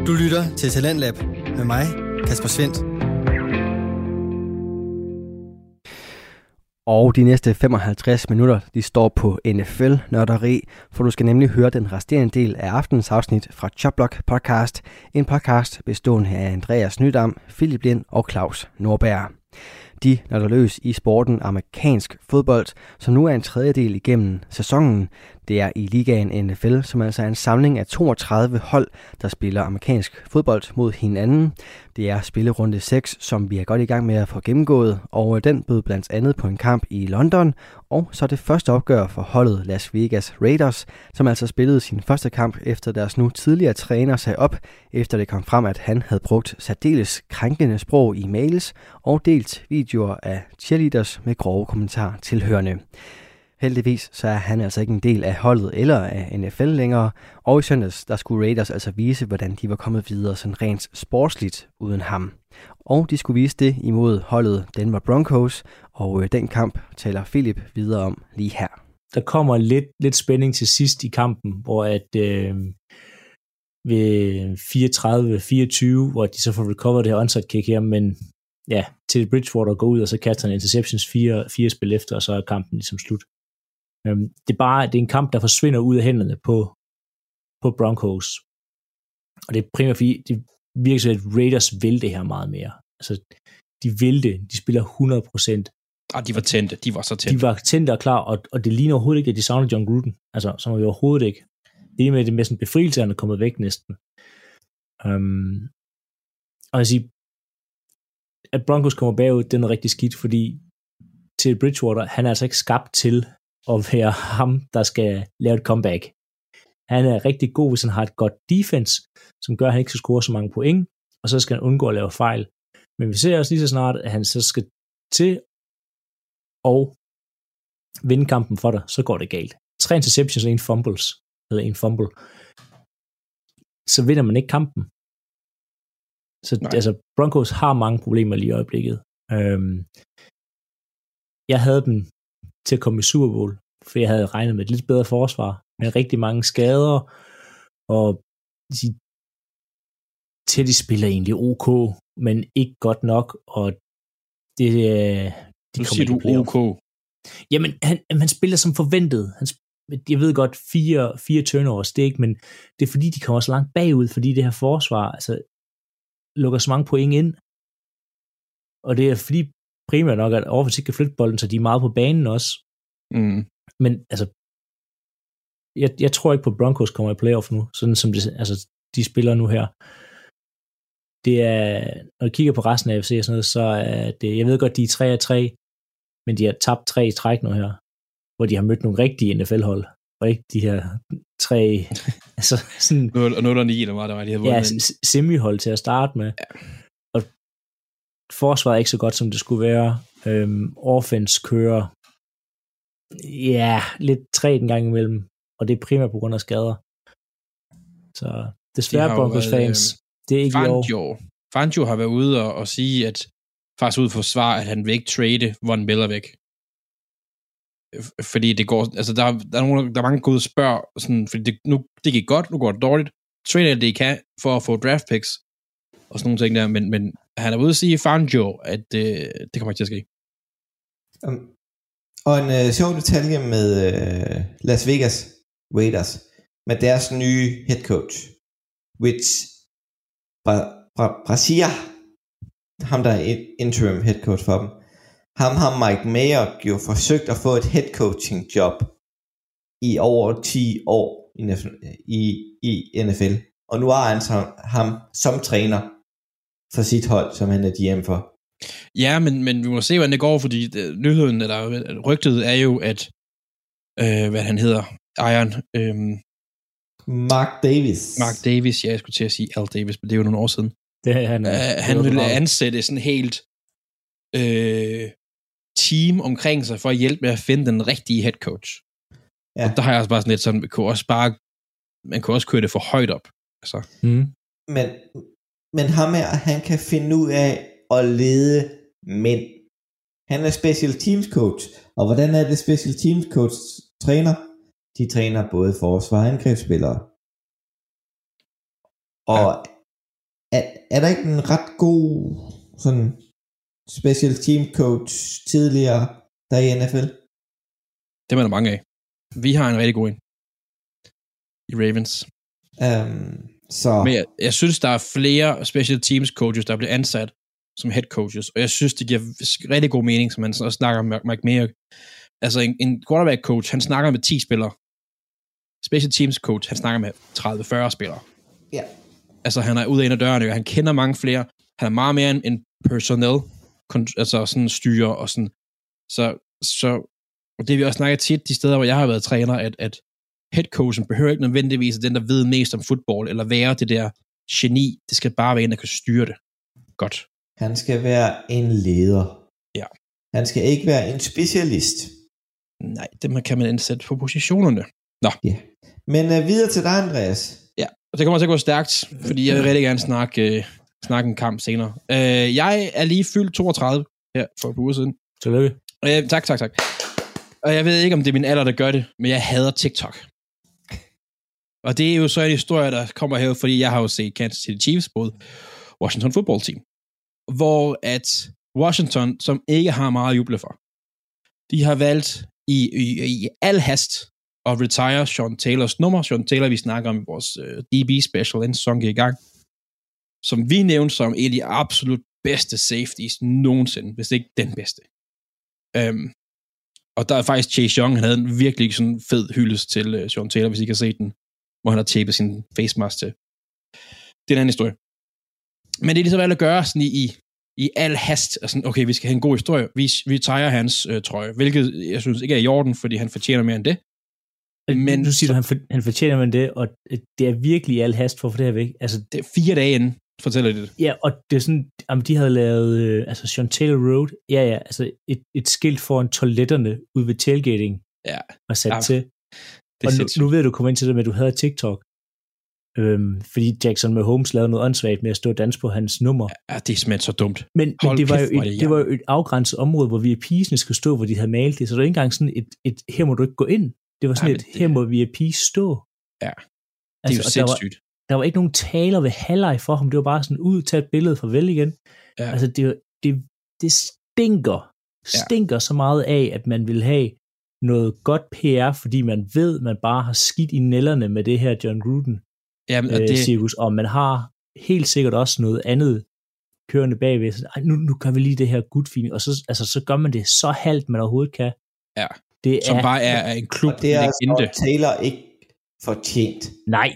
Du lytter til Talentlab med mig, Kasper Svendt. Og de næste 55 minutter, de står på NFL-nørderi, for du skal nemlig høre den resterende del af aftens afsnit fra Chopblock Podcast. En podcast bestående af Andreas Nydam, Philip Lind og Claus Nordberg. De nørder løs i sporten amerikansk fodbold, som nu er en tredjedel igennem sæsonen. Det er i ligaen NFL, som altså er en samling af 32 hold, der spiller amerikansk fodbold mod hinanden. Det er spillerunde 6, som vi er godt i gang med at få gennemgået, og den bød blandt andet på en kamp i London. Og så det første opgør for holdet Las Vegas Raiders, som altså spillede sin første kamp efter deres nu tidligere træner sagde op, efter det kom frem, at han havde brugt særdeles krænkende sprog i mails og delt videoer af cheerleaders med grove kommentarer tilhørende. Heldigvis så er han altså ikke en del af holdet eller af NFL længere, og i søndags der skulle Raiders altså vise, hvordan de var kommet videre sådan rent sportsligt uden ham. Og de skulle vise det imod holdet Denver Broncos, og den kamp taler Philip videre om lige her. Der kommer lidt spænding til sidst i kampen, hvor at ved 34-24, hvor de så får recovered det her onside kick her, men ja, til Bridgewater går ud, og så kaster han interceptions 4 spil efter, og så er kampen ligesom slut. Det er en kamp, der forsvinder ud af hænderne på Broncos. Og det er primært fordi, det virker så, at Raiders vil det her meget mere. Altså, de vil det. De spiller 100%. Og de var tændte. De var så tændte. De var tændte og klar, og det ligner overhovedet ikke, at de savner John Gruden. Altså, som er jo overhovedet ikke. Det er med det med sådan befrielse, han er kommet væk næsten. Og jeg siger, at Broncos kommer bagud, det er noget rigtig skidt, fordi til Bridgewater, han er altså ikke skabt til at være ham, der skal lave et comeback. Han er rigtig god, hvis han har et godt defense, som gør, at han ikke skal score så mange point, og så skal han undgå at lave fejl. Men vi ser også lige så snart, at han så skal til at vinde kampen for dig, så går det galt. 3 interceptions og en fumble, så vinder man ikke kampen. Så altså, Broncos har mange problemer lige i øjeblikket. Jeg havde dem til at komme i Super Bowl, for jeg havde regnet med et lidt bedre forsvar, med rigtig mange skader, og Teddy spiller egentlig OK, men ikke godt nok, og det nu siger du OK. Jamen, han spiller som forventet. Jeg ved godt, 4 turnovers, det er ikke, men det er fordi, de kommer så langt bagud, fordi det her forsvar, altså lukker så mange point ind. Og det er fordi primært nok, at offensiv kan flytte bolden, så de er meget på banen også. Mm. Men altså, jeg tror ikke på, at Broncos kommer i playoff nu, sådan som de spiller nu her. Det er, når jeg kigger på resten af AFC og sådan noget, så er det, jeg ved godt, de er 3-3, men de har tabt 3 i træk nu her, hvor de har mødt nogle rigtige NFL-hold, og ikke de her 3, altså sådan... 0-9 eller hvad der var, de havde vundet. Ja, semi-hold til at starte med. Ja. Og forsvaret er ikke så godt, som det skulle være. Offense kører lidt træt en gang imellem, og det er primært på grund af skader. Så desværre Broncos fans, det er ikke i år. Fangio har været ude og sige, at faktisk ud for svar, at han vil ikke trade Von Miller væk. Fordi det går, altså der er mange gode spørg, sådan, fordi det gik godt, nu går det dårligt. Trade det, I kan, for at få draft picks, og sådan nogle ting der, men han er ude at sige, Fangio, at det kommer ikke til at ske. Og en sjov detalje med Las Vegas Raiders, med deres nye head coach, which Brazier, ham der er interim head coach for dem, ham har Mike Mayock jo forsøgt at få et head coaching job i over 10 år i NFL, og nu har han ham som træner for sit hold, som han er GM for. Ja, men vi må se, hvordan det går, fordi nyheden, eller rygtet er jo, at hvad han hedder, Iron Mark Davis, ja, jeg skulle til at sige Al Davis, men det er jo nogle år siden. Han ville ansætte sådan helt team omkring sig, for at hjælpe med at finde den rigtige head coach. Ja. Og der har jeg også bare sådan lidt sådan, man kunne også køre det for højt op. Altså. Men ham her, han kan finde ud af at lede mænd. Han er special teams coach. Og hvordan er det special teams coach træner? De træner både forsvar og angrebsspillere. Og er der ikke en ret god sådan special team coach tidligere der i NFL? Det er der mange af. Vi har en rigtig god en i Ravens. Så. Men jeg synes, der er flere special teams coaches, der bliver ansat som head coaches, og jeg synes, det giver rigtig god mening, som man også snakker om Mike Mayock. Altså en quarterback coach, han snakker med 10 spillere. Special teams coach, han snakker med 30-40 spillere. Ja. Altså han er ude af en af dørene, han kender mange flere. Han er meget mere en personnel, altså sådan styrer og sådan. Så og det vi også snakker tit de steder, hvor jeg har været træner, at headcoachen behøver ikke nødvendigvis den, der ved mest om fodbold, eller være det der geni. Det skal bare være en, der kan styre det godt. Han skal være en leder. Ja. Han skal ikke være en specialist. Nej, det kan man indsætte på positionerne. Nå. Ja. Men videre til dig, Andreas. Ja, og det kommer til at gå stærkt, fordi jeg vil rigtig gerne snakke en kamp senere. Jeg er lige fyldt 32 her for et par uger siden. Tillykke. Tak. Og jeg ved ikke, om det er min alder, der gør det, men jeg hader TikTok. Og det er jo så en historie, der kommer her, fordi jeg har jo set Kansas City Chiefs, både Washington Football Team, hvor at Washington, som ikke har meget at juble for, de har valgt i al hast at retire Sean Taylors nummer. Sean Taylor, vi snakker om i vores DB special, en sæson i gang, som vi nævnte som en af de absolut bedste safeties nogensinde, hvis ikke den bedste. Og der er faktisk Chase Young, han havde en virkelig sådan fed hyldest til Sean Taylor, hvis I kan se den, hvor han har tapet sin face mask til. Det er en anden historie. Men det er ligesom alt at gøre sådan i al hast, og sådan, okay, vi skal have en god historie. Vi tager hans trøje, hvilket jeg synes ikke er i orden, fordi han fortjener mere end det. Men nu siger du, han fortjener mere end det, og det er virkelig i al hast for at få det her væk. Altså, det er 4 dage inden, fortæller de det. Ja, og det er sådan, om de havde lavet, altså Sean Taylor Road, ja, altså et skilt foran toiletterne ude ved tailgating, ja, var sat til. Og nu ved du komme ind til det med, at du havde TikTok, fordi Jackson Mahomes lavede noget åndssvagt med at stå og danse på hans nummer. Ja, det er simpelthen så dumt. Men det var jo et afgrænset område, hvor VIP'sene skulle stå, hvor de havde malet det, så det var ikke engang sådan et her må du ikke gå ind. Det var sådan her må VIP's stå. Ja, det er jo sindssygt. Der var ikke nogen taler ved halvleg for ham. Det var bare sådan ud, tage et billede, farvel igen. Ja. Altså, det stinker så meget af, at man vil have noget godt PR, fordi man ved, man bare har skidt i nælderne med det her John Gruden cirkus, og man har helt sikkert også noget andet kørende bagved. Så, nu kan vi lige det her gudfine, og så gør man det så halvt, man overhovedet kan. Ja, som bare er en klub. Og det er altså Taylor ikke fortjent. Nej,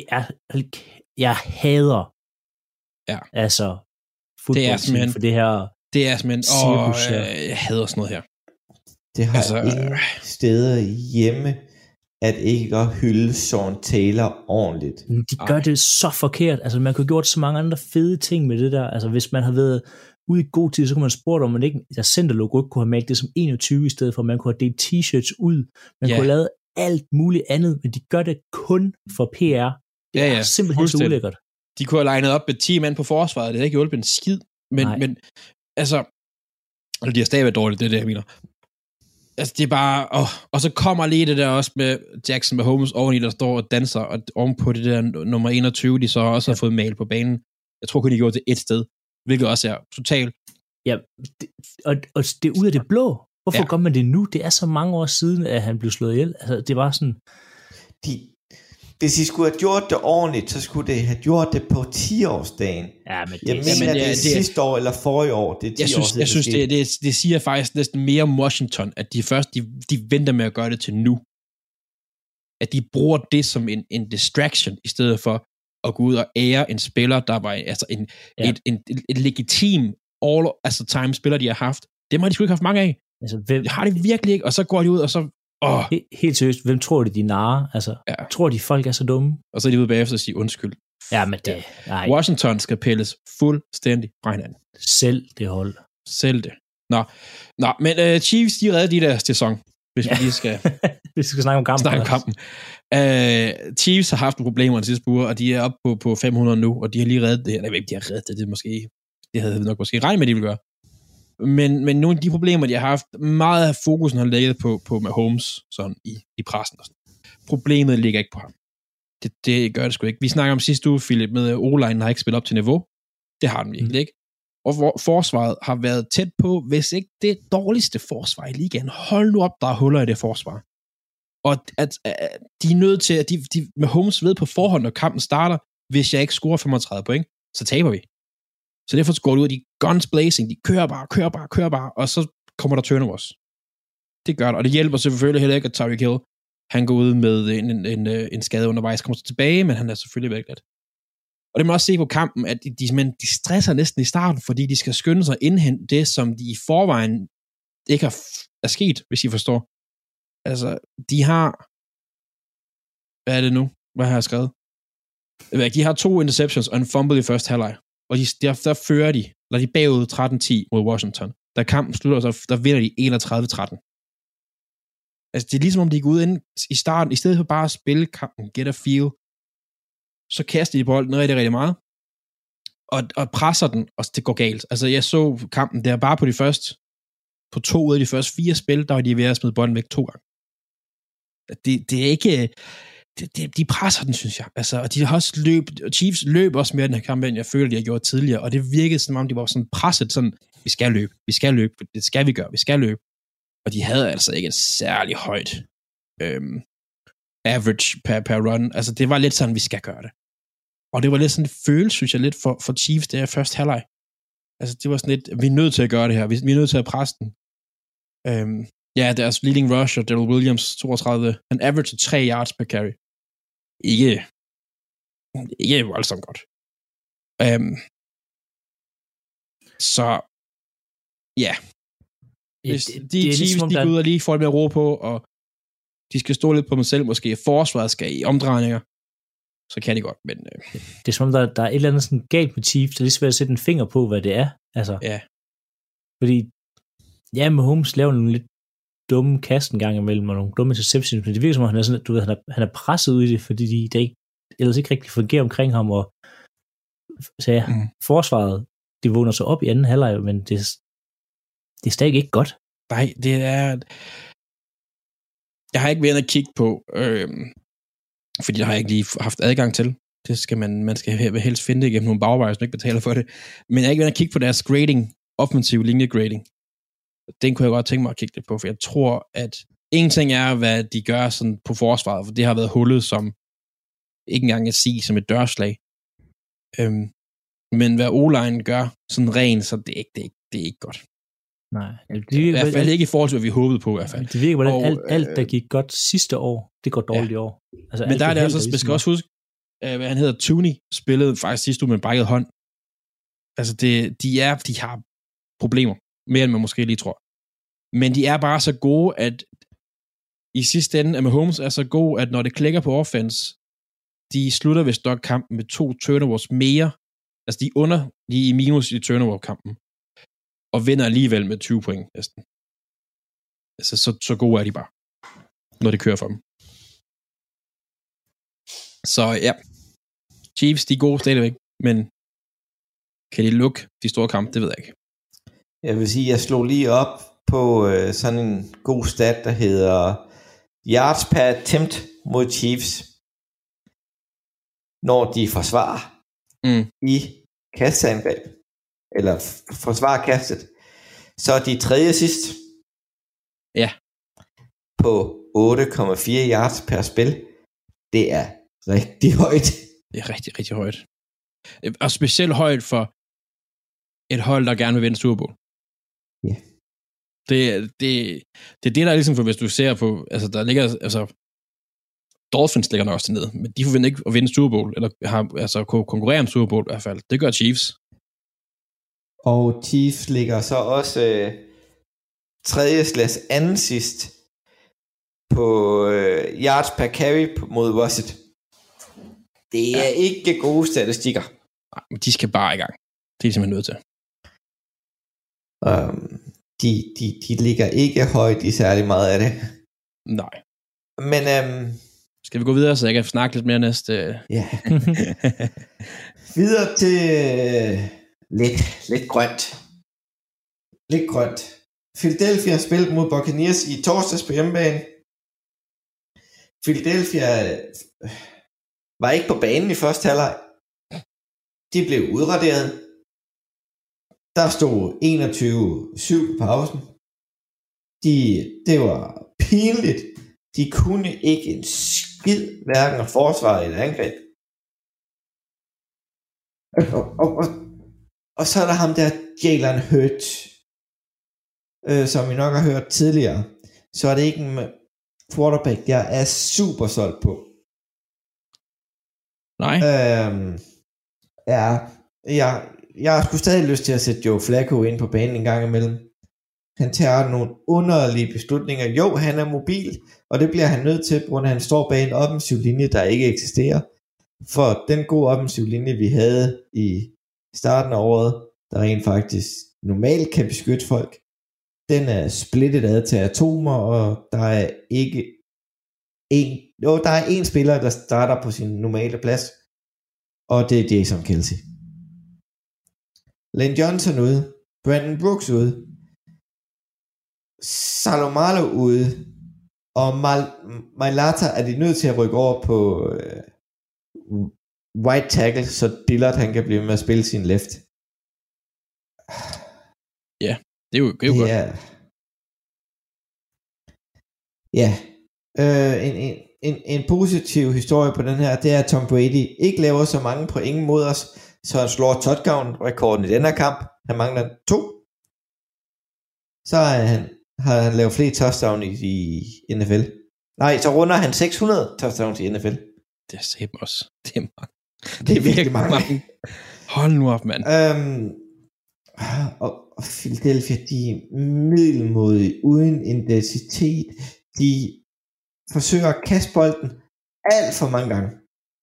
jeg hader altså fodboldteam for det her. Det er simpelthen, jeg hader sådan noget her. Det har ingen steder hjemme, at ikke at hylde Sean Taylor ordentligt. De gør det så forkert. Altså man kunne have gjort så mange andre fede ting med det der. Altså hvis man havde været ude i god tid, så kunne man spørge, om man ikke, der centerlogo ikke kunne have malet det som 21 i stedet for, man kunne have delt t-shirts ud. Man kunne have lavet alt muligt andet, men de gør det kun for PR. Det er simpelthen så ulækkert. De kunne have legnet op med 10 mand på forsvaret, det havde ikke hjulpet en skid, men altså, de har stadigvæk dårligt, det er det, jeg mener. Altså, det er bare, og så kommer lige det der også med Jackson Mahomes oveni, der står og danser, og ovenpå det der nummer 21, de så også har fået malet på banen. Jeg tror kun, de gjorde det et sted, hvilket også er totalt. Ja, og det er ud af det blå. Hvorfor gør man det nu? Det er så mange år siden, at han blev slået ihjel. Altså, det var sådan... Hvis I skulle have gjort det ordentligt, så skulle det have gjort det på 10-årsdagen. Ja, men jeg mener, det er sidste år eller forrige år. Det er 10 år siden. Jeg synes, det siger faktisk næsten mere om Washington, at de først de venter med at gøre det til nu. At de bruger det som en distraction, i stedet for at gå ud og ære en spiller, der var altså et legitim time-spiller, de har haft. Det har de sgu ikke haft mange af. Altså, har det virkelig ikke, og så går de ud, og så... Helt seriøst, hvem tror de narrer? Altså, tror de folk er så dumme? Og så er de ude bagefter og sige undskyld. Ja, men det... Nej. Washington skal pilles fuldstændig fra hinanden. Selv det hold. Selv det. Nå, men Chiefs, de redder de der sæson, hvis vi lige skal... vi skal snakke om kampen. Chiefs har haft problemer den sidste uge, og de er oppe på 500 nu, og de har lige reddet det. Jeg ved ikke, de har reddet det, det havde vi nok måske regnet med, de ville gøre. Men nogle af de problemer, de har haft, meget af fokusen har ligget på Mahomes sådan i pressen. Og sådan. Problemet ligger ikke på ham. Det gør det sgu ikke. Vi snakker om sidste uge, Philip, med O-line har ikke spillet op til niveau. Det har den virkelig ikke. Og forsvaret har været tæt på, hvis ikke det dårligste forsvar i ligaen. Hold nu op, der er huller i det forsvar. Og at de er nødt til, at de med Holmes ved på forhånd, når kampen starter, hvis jeg ikke scorer 35 point, så taber vi. Så derfor går det ud af de guns blazing, de kører bare, og så kommer der turnovers. Det gør det, og det hjælper selvfølgelig heller ikke, at Tyreek Hill, han går ud med en skade undervejs, kommer så tilbage, men han er selvfølgelig væk lidt. Og det må også se på kampen, at de stresser næsten i starten, fordi de skal skynde sig at indhente det, som de i forvejen ikke er sket, hvis I forstår. Altså, de har... Hvad er det nu? Hvad har jeg skrevet? De har 2 interceptions og en fumble i første halvleg. Og der fører de, eller de bagud 13-10 mod Washington. Da kampen slutter, så der vinder de 31-13. Altså, det er ligesom om de går ud ind i starten, i stedet for bare at spille kampen, get a feel, så kaster de bolden rigtig, rigtig meget, og presser den, og det går galt. Altså, jeg så kampen der bare på 2 ud af de første 4 spil, der var de ved at smide bolden væk 2 gange. Det er ikke... De presser den, synes jeg. Altså, og de har også Chiefs løb også mere den her kamp, end jeg føler, de har gjort tidligere, og det virkede som om, de var sådan presset, sådan, vi skal løbe, det skal vi gøre, vi skal løbe. Og de havde altså ikke et særlig højt average per run. Altså, det var lidt sådan, vi skal gøre det. Og det var lidt sådan en følelse, synes jeg, lidt for Chiefs, der første halvleg. Altså, det var sådan lidt, vi er nødt til at gøre det her, vi er nødt til at presse den. Deres leading rusher, Darrell Williams, 32, han averaged 3 yards per carry. Ikke voldsomt godt. Så, ja. Hvis de Chiefs, de går ud og lige får det med at ro på, og de skal stå lidt på dem selv, måske forsvaret skal i omdrejninger, så kan de godt, men... Det er som om, der er et eller andet sådan galt med Chiefs, det er lige svært at sætte en finger på, hvad det er. Altså, ja. Fordi, ja, Mahomes laver nogle lidt dumme kast en gang imellem, og nogle dumme interceptions, men det virker som om, han er sådan, du ved, han er presset ud i det, fordi det ellers ikke rigtig fungerer omkring ham, og så ja, forsvaret, de vågner sig op i anden halvleg, men det er stadig ikke godt. Nej, det er... Jeg har ikke været at kigge på, fordi der har jeg ikke lige haft adgang til. Det skal man skal helst finde det igennem nogle bagveje, som ikke betaler for det. Men jeg har ikke været at kigge på deres grading, offensiv linjegrading. Den kunne jeg godt tænke mig at kigge lidt på, for jeg tror, at en ting er, hvad de gør sådan på forsvaret, for det har været hullet som, ikke engang at sige, som et dørslag. Men hvad O-line gør, sådan ren, så det er ikke godt. Nej. I hvert fald ikke i forhold til, hvad vi håbede på i hvert fald. Det virker, hvordan alt, der gik godt sidste år, det går dårligt i år. Altså, men der er det også, man skal også huske, hvad han hedder, Tooney, spillede faktisk sidste uge med en brækket hånd. Altså, de har problemer, mere end man måske lige tror. Men de er bare så gode, at i sidste ende, at Mahomes er så god, at når det klikker på offense, de slutter vist nok kampen med 2 turnovers mere. Altså, de er i minus i turnover-kampen. Og vinder alligevel med 20 point næsten. Altså, så gode er de bare, når det kører for dem. Så ja, Chiefs, de er gode stadigvæk, men kan de lukke de store kampe, det ved jeg ikke. Jeg vil sige, jeg slog lige op på sådan en god stat, der hedder yards per attempt mod Chiefs, når de forsvarer i kastangreb, eller forsvarer kastet, så er de tredje sidst. Ja. På 8,4 yards per spil. Det er rigtig højt. Det er rigtig, rigtig højt. Og specielt højt for et hold, der gerne vil vinde Super Bowl. Ja. Det er det, der er ligesom, for hvis du ser på, altså der ligger, altså Dolphins ligger nok også dernede, men de forventer ikke at vinde Super Bowl, eller har, altså konkurrere om Super Bowl i hvert fald. Det gør Chiefs. Og Chiefs ligger så også tredje/anden sidst på yards per carry mod Russet. Det er ikke gode statistikker. Nej, men de skal bare i gang. Det er de simpelthen nødt til. De ligger ikke højt i særlig meget af det. Nej. Men skal vi gå videre, så jeg kan snakke lidt mere næste? Ja. Videre til lidt grønt. Lidt grønt. Philadelphia spillede mod Buccaneers i torsdags på hjemmebane. Philadelphia var ikke på banen i første halvleg. De blev udraderet. Der stod 21-7 på pausen. Det var pinligt. De kunne ikke en skid, hverken at forsvare eller angreb. Og så er der ham der Jalen Hurts, som vi nok har hørt tidligere. Så er det ikke en quarterback, jeg er super solgt på. Nej. Jeg har sgu stadig lyst til at sætte Joe Flacco ind på banen en gang imellem. Han tager nogle underlige beslutninger. Jo, han er mobil, og det bliver han nødt til, på grund af, at han står bag en offensiv linje, der ikke eksisterer. For den gode offensiv linje, vi havde i starten af året, der rent faktisk normalt kan beskytte folk, den er splittet ad til atomer, og der er ikke der er en spiller, der starter på sin normale plads, og det er Jason Kelce. Lane Johnson ude, Brandon Brooks ude, Salomalo ude, og Mailata er de nødt til at rykke over på right tackle, så Dillard han kan blive med at spille sin left. Ja, det er jo godt. Ja. En positiv historie på den her, det er, at Tom Brady ikke laver så mange point mod os, så han slår touchdown-rekorden i den her kamp. Han mangler 2. Så har han lavet flere touchdown i NFL. Nej, så runder han 600 touchdowns i NFL. Det er sæben også. Det er mange. Det er virkelig mange. Hold nu op, mand. Og Philadelphia, de er middelmodige, uden intensitet. De forsøger at kaste bolden alt for mange gange.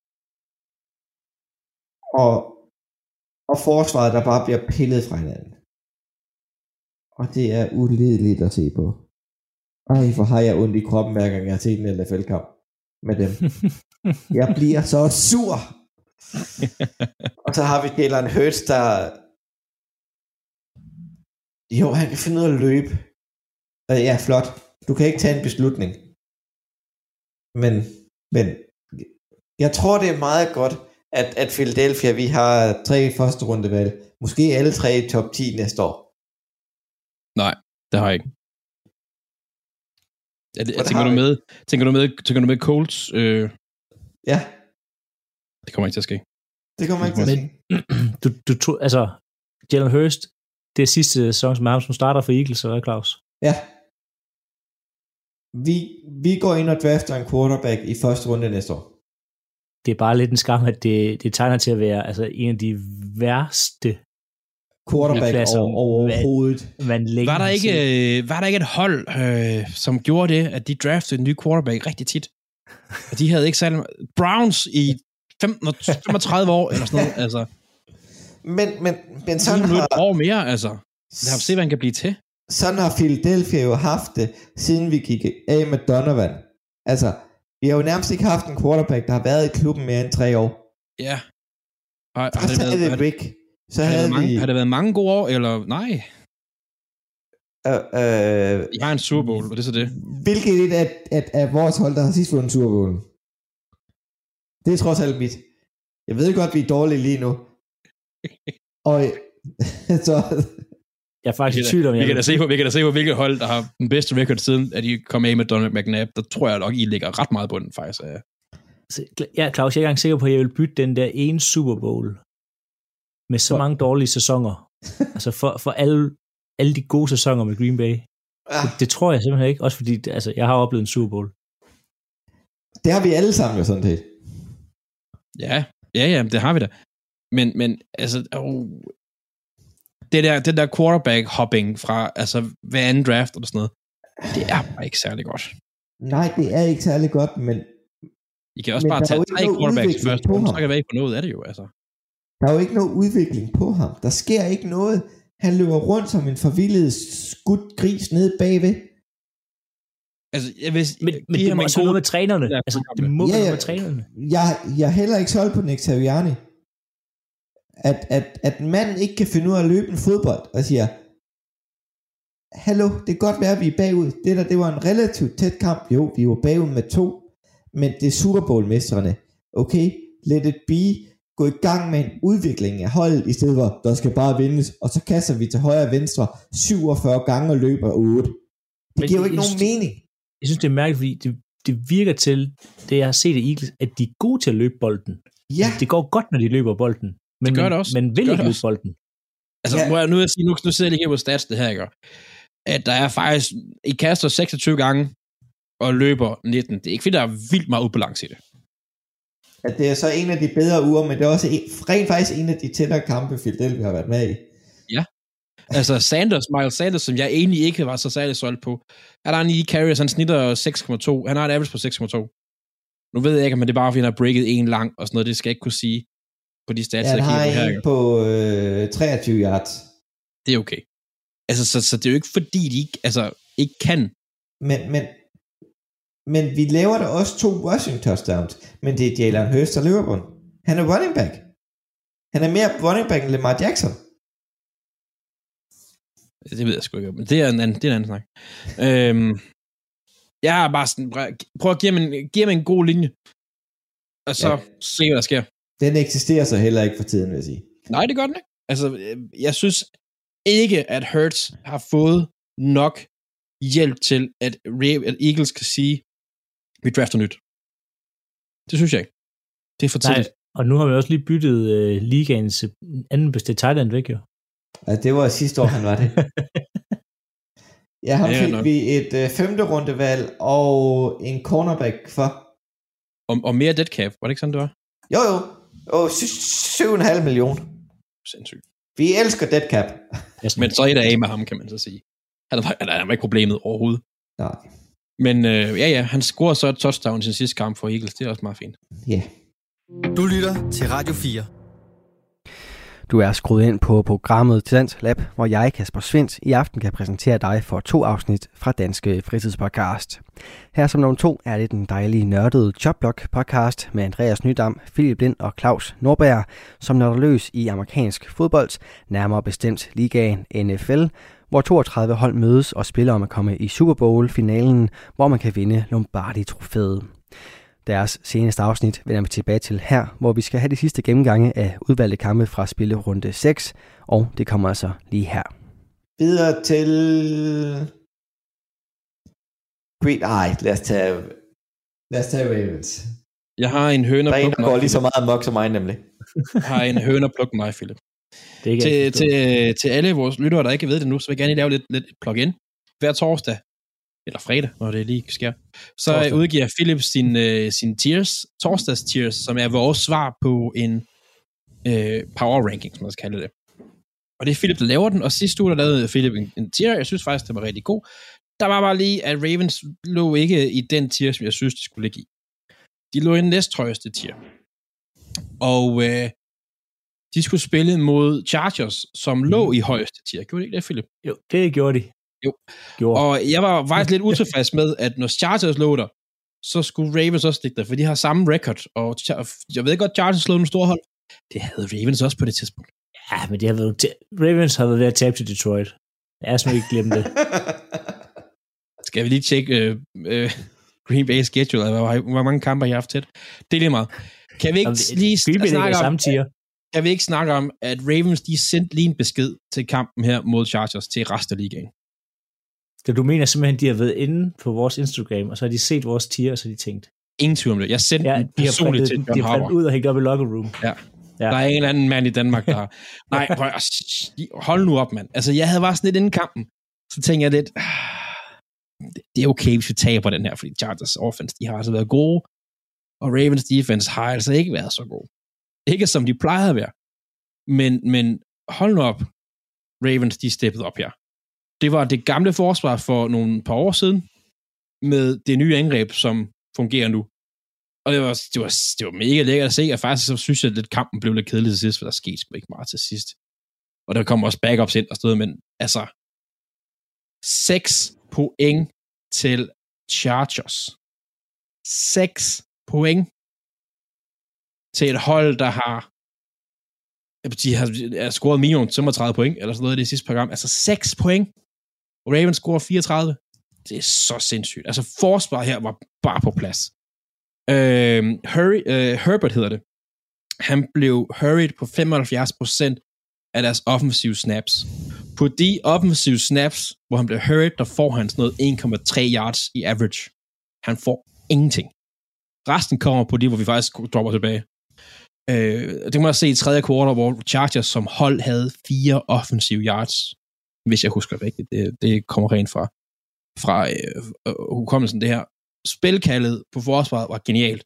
Og forsvaret, der bare bliver pillet fra hinanden. Og det er ulideligt at se på. Hvor har jeg ondt i kroppen, hver gang jeg har set en NFL-kamp med dem. Jeg bliver så sur. Og så har vi Jalen Hurts, der jo, han kan finde ud af at løbe. Ja, flot. Du kan ikke tage en beslutning. Men jeg tror, det er meget godt, at Philadelphia, vi har 3 første rundevalg. Måske alle 3 i top 10 næste år. Nej, det har jeg ikke. Tænker du med Colts? Ja. Det kommer ikke til at ske. Det kommer ikke til at ske. Du tror, altså, Jalen Hurts, det er sidste sæson med ham, som starter for Eagles, eller Claus? Ja. Vi går ind og drafter en quarterback i første runde næste år. Det er bare lidt en skam, at det tegner til at være altså, en af de værste quarterback overhovedet. Var der ikke et hold, som gjorde det, at de draftede en ny quarterback rigtig tit? Og de havde ikke særlig Browns i 35 år, eller sådan noget, altså. Men sådan har... et år mere, altså. Lad os se, hvad han kan blive til. Sådan har Philadelphia jo haft det, siden vi gik af med Donovan. Altså, vi har jo nærmest ikke haft en quarterback, der har været i klubben mere end 3 år. Ja. Har det været mange gode år, eller nej? Jeg har en Super Bowl, og det er så det. Hvilket af vores hold, der har sidst vundet en Super Bowl? Det er trods alt mit. Jeg ved godt, vi er dårlige lige nu. Og så... Jeg er faktisk i tvivl om, vi kan da se på, hvilket hold, der har den bedste record siden, at de kom af med Donald McNabb. Der tror jeg nok, I ligger ret meget på den, faktisk. Ja, Claus, jeg er ikke engang sikker på, at jeg vil bytte den der ene Super Bowl med så mange dårlige sæsoner. Altså for alle de gode sæsoner med Green Bay. Det tror jeg simpelthen ikke. Også fordi, altså, jeg har oplevet en Super Bowl. Det har vi alle sammen jo sådan set. Ja, det har vi da. Men altså... Det der quarterback hopping fra altså hver anden draft eller sådan noget, det er bare ikke særlig godt. Nej, det er ikke særlig godt, men I kan også bare tage 3 quarterbacks først, så kan være på noget af det jo, altså. Der er jo ikke noget udvikling på ham. Der sker ikke noget. Han løber rundt som en forvildet skudt gris nede bagved. Altså, men det må også noget med trænerne. Altså, det må noget med trænerne. Jeg er heller ikke solgt på Nick Sirianni. At manden ikke kan finde ud af at løbe en fodbold, og siger, hallo, det kan godt være, at vi er bagud. Det var en relativt tæt kamp. Jo, vi var bagud med 2, men det er Super Bowl-mestrene. Okay, let it be, gå i gang med en udvikling af holdet, i stedet for, der skal bare vindes, og så kaster vi til højre og venstre 47 gange og løber 8. Det giver jo ikke nogen mening. Jeg synes, det er mærkeligt, fordi det virker til, det jeg har set af Eagles, at de er gode til at løbe bolden. Ja. Det går godt, når de løber bolden. Men det gør det også. Men vil ikke løbe bolden. Altså, nu sidder jeg lige her på stats, det her, ikke? At der er faktisk, I kaster 26 gange, og løber 19. Det er ikke fordi, der er vildt meget ubalance i det. At det er så en af de bedre uger, men det er også rent faktisk en af de tættere kampe, Philadelphia har været med i. Ja. Altså Miles Sanders, som jeg egentlig ikke var så særlig solgt på. Er der 9 carries, han snitter 6,2. Han har et average på 6,2. Nu ved jeg ikke, om det er bare, fordi han har breaket en lang, og sådan noget. Det skal jeg ikke kunne sige på de stats, han har en på 23 yards. Det er okay. Altså, så det er jo ikke fordi, de ikke kan. Men vi laver da også 2 rushing touchdowns, men det er Jalen Hurts, der løber på den. Han er running back. Han er mere running back end Lamar Jackson. Det ved jeg sgu ikke, men det er en anden snak. Jeg har bare sådan, prøv at give mig en god linje, og så se, hvad der sker. Den eksisterer så heller ikke for tiden, vil jeg sige. Nej, det gør den ikke. Altså, jeg synes ikke, at Hurts har fået nok hjælp til, at Eagles kan sige, vi drafter nyt. Det synes jeg ikke. Det er for tidligt. Og nu har vi også lige byttet ligaens anden bedste tight end væk, jo. Ja, det var sidste år, han var det. Ja, ham fik vi et 5. rundevalg og en cornerback for. Og mere dead cap, var det ikke sådan, det var? Jo. Og 7,5 millioner. Sindssygt. Vi elsker dead cap. Men så er det af med ham, kan man så sige. Han er ikke problemet overhovedet. Nej. Men han scorer så et touchdown i sin sidste kamp for Eagles. Det er også meget fint. Ja. Du lytter til Radio 4. Du er skruet ind på programmet Talent Lab, hvor jeg, Kasper Svendt, i aften kan præsentere dig for 2 afsnit fra Danske Fritidspodcast. Her som nummer 2 er det den dejlige nørdede Chopblock podcast med Andreas Nydam, Philip Lind og Claus Nordberg, som nørder løs i amerikansk fodbold, nærmere bestemt ligaen NFL, hvor 32 hold mødes og spiller om at komme i Super Bowl-finalen, hvor man kan vinde Lombardi-trofæet. Deres seneste afsnit vender vi tilbage til her, hvor vi skal have de sidste gennemgange af udvalgte kampe fra spillerunde 6, og det kommer altså lige her. Videre til... lad os tage Ravens. Jeg har en høne og plukke mig. Der går lige så meget amok som mig, nemlig. Jeg har en høne og plukke mig, Philip. Til alle vores lyttere, der ikke ved det nu, så vil jeg gerne lave lidt plug-in. Hver torsdag, eller fredag, når det lige sker, så udgiver Philip sin tiers, torsdags tiers, som er vores svar på en power ranking, som man skal kalde det. Og det er Philip, der laver den, og sidste uge, der lavede Philip en tier, jeg synes faktisk, det var rigtig god. Der var bare lige, at Ravens lå ikke i den tier, som jeg synes, de skulle ligge i. De lå i den næsthøjeste tier. Og de skulle spille mod Chargers, som lå i højeste tier. Gjorde de ikke det, Philip? Jo, det gjorde de. Jo. Og jeg var faktisk lidt utilfreds med, at når Chargers lå der, så skulle Ravens også ligge der, for de har samme record. Og jeg ved godt, Chargers slog nogle store hold. Det havde Ravens også på det tidspunkt. Ja, men Ravens har været ved at tabe til Detroit. Jeg skal ikke glemme det. Skal vi lige tjekke Green Bay schedule, hvor mange kamper I har haft tæt? Det er lige meget. Kan vi ikke lige snakke om, at Ravens, de sendte lige en besked til kampen her mod Chargers til resten af ligaen? Så du mener simpelthen, de har været inde på vores Instagram, og så har de set vores tier, og så har de tænkt. Ingen tvivl om det. Jeg sendte den personligt til John Harbaugh. De har printet ud og hængt op i locker room. Ja. Der er en eller anden mand i Danmark, der har... Nej, hold nu op, mand. Altså, jeg havde bare sådan lidt inden kampen. Så tænkte jeg lidt... Det er okay, hvis vi taber den her, fordi Chargers offense, de har altså været gode, og Ravens defense har altså ikke været så god. Ikke som de plejede at være. Men hold nu op, Ravens, de steppede op her. Det var det gamle forsvar for nogle par år siden, med det nye angreb, som fungerer nu. Og det var mega lækkert at se, og faktisk så synes jeg, at kampen blev lidt kedelig til sidst, for der skete sgu ikke meget til sidst. Og der kom også backups ind og sådan noget, men altså 6 point til Chargers. 6 point til et hold, der har scoret minimum 35 point, eller sådan noget i det sidste program. Altså 6 point. Ravens scorer 34. Det er så sindssygt. Altså forsvaret her var bare på plads. Herbert hedder det. Han blev hurried på 75% af deres offensive snaps. På de offensive snaps, hvor han blev hurried, der får han sådan noget 1,3 yards i average. Han får ingenting. Resten kommer på de, hvor vi faktisk dropper tilbage. Det kan man se i tredje kvartal, hvor Chargers som hold havde 4 offensive yards, hvis jeg husker rigtigt. Det kommer rent fra hukommelsen, det her. Spilkaldet på forsvaret var genialt.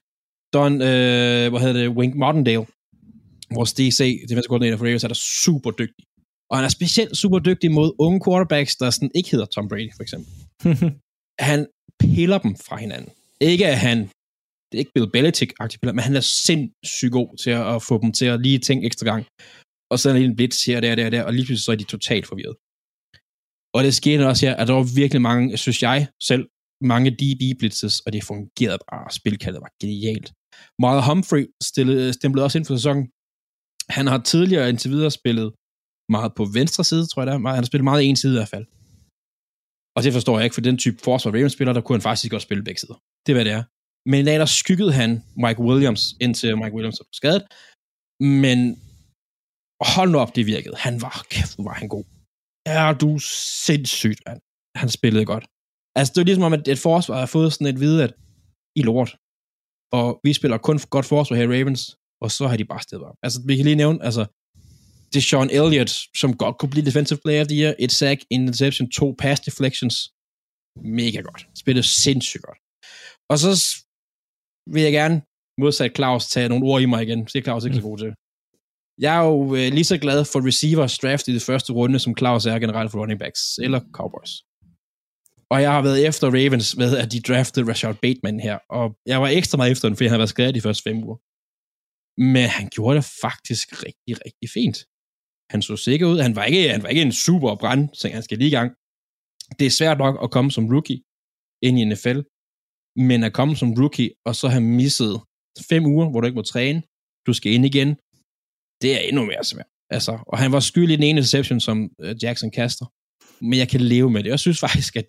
Wink Martindale, vores DC, defensive coordinator for Ravens, er der super dygtig. Og han er specielt super dygtig mod unge quarterbacks, der sådan ikke hedder Tom Brady, for eksempel. Han piller dem fra hinanden. Ikke at han, det er ikke Bill Belichick-agtig piller, men han er sindssygt god til at få dem til at lige tænke ekstra gang. Og så er der lige en blitz her, der, og lige pludselig så er de totalt forvirret. Og det skete også her, at der var virkelig mange, synes jeg selv, mange DB-blitzes, og det fungerede bare. Spilkaldet var genialt. Marlon Humphrey stemplede også ind for sæsonen. Han har tidligere indtil videre spillet meget på venstre side, tror jeg det er. Han har spillet meget en side i hvert fald. Og det forstår jeg ikke, for den type forsvar Ravens-spiller, der kunne han faktisk godt spille begge sider. Det er, hvad det er. Men i dag, der skyggede han Mike Williams, indtil Mike Williams var skadet. Men hold nu op, det virkede. Kæft, var han god. Er du sindssygt, mand. Han spillede godt. Altså, det er ligesom om, at et forsvar har fået sådan et vide, at I lort. Og vi spiller kun godt forsvar her i Ravens, og så har de bare stedet op. Altså, vi kan lige nævne, altså, det er Sean Elliott, som godt kunne blive defensive player of the year, et sack, en interception, 2 pass deflections. Mega godt. Spillede sindssygt godt. Og så vil jeg gerne, modsat Claus, tage nogle ord i mig igen. Det er Claus ikke så god til. Jeg er jo lige så glad for receivers draft i det første runde, som Claus er generelt for running backs, eller Cowboys. Og jeg har været efter Ravens ved, at de draftede Rashad Bateman her, og jeg var ekstra meget efter den, fordi han havde været skadet de første 5 uger. Men han gjorde det faktisk rigtig, rigtig fint. Han så sikker ud. Han var ikke en super brand, så han skal lige i gang. Det er svært nok at komme som rookie ind i NFL, men at komme som rookie, og så have misset 5 uger, hvor du ikke må træne, du skal ind igen, det er endnu mere svært. Altså, og han var skyld i den ene interception, som Jackson kaster, men jeg kan leve med det. Jeg synes faktisk, at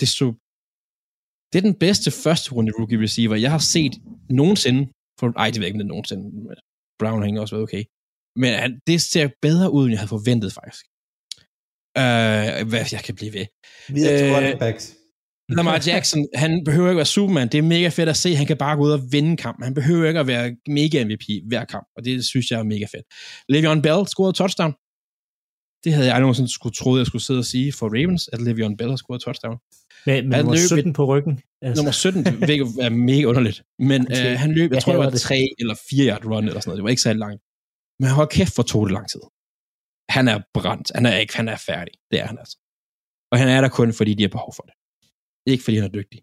det er den bedste første runde rookie receiver, jeg har set nogensinde. Det var ikke nogensinde. Brown har også været okay. Men det ser bedre ud, end jeg havde forventet, faktisk. Hvad jeg kan blive ved. Videre til running backs. Lamar Jackson, han behøver ikke at være Superman. Det er mega fedt at se. Han kan bare gå ud og vinde kampen. Han behøver ikke at være mega MVP hver kamp, og det synes jeg er mega fedt. Le'Veon Bell scorede touchdown. Det havde jeg nogensinde troet, jeg skulle sidde og sige for Ravens, at Le'Veon Bell har scoret touchdown. Men nummer 17 på ryggen. Altså. Nummer 17, det er mega underligt. Men han løb, jeg tror det var 3 eller 4 yard run eller sådan noget. Det var ikke så langt. Men hold kæft, for tog det lang tid. Han er brændt. Han er færdig. Det er han altså. Og han er der kun, fordi de har behov for det. Ikke fordi han er dygtig.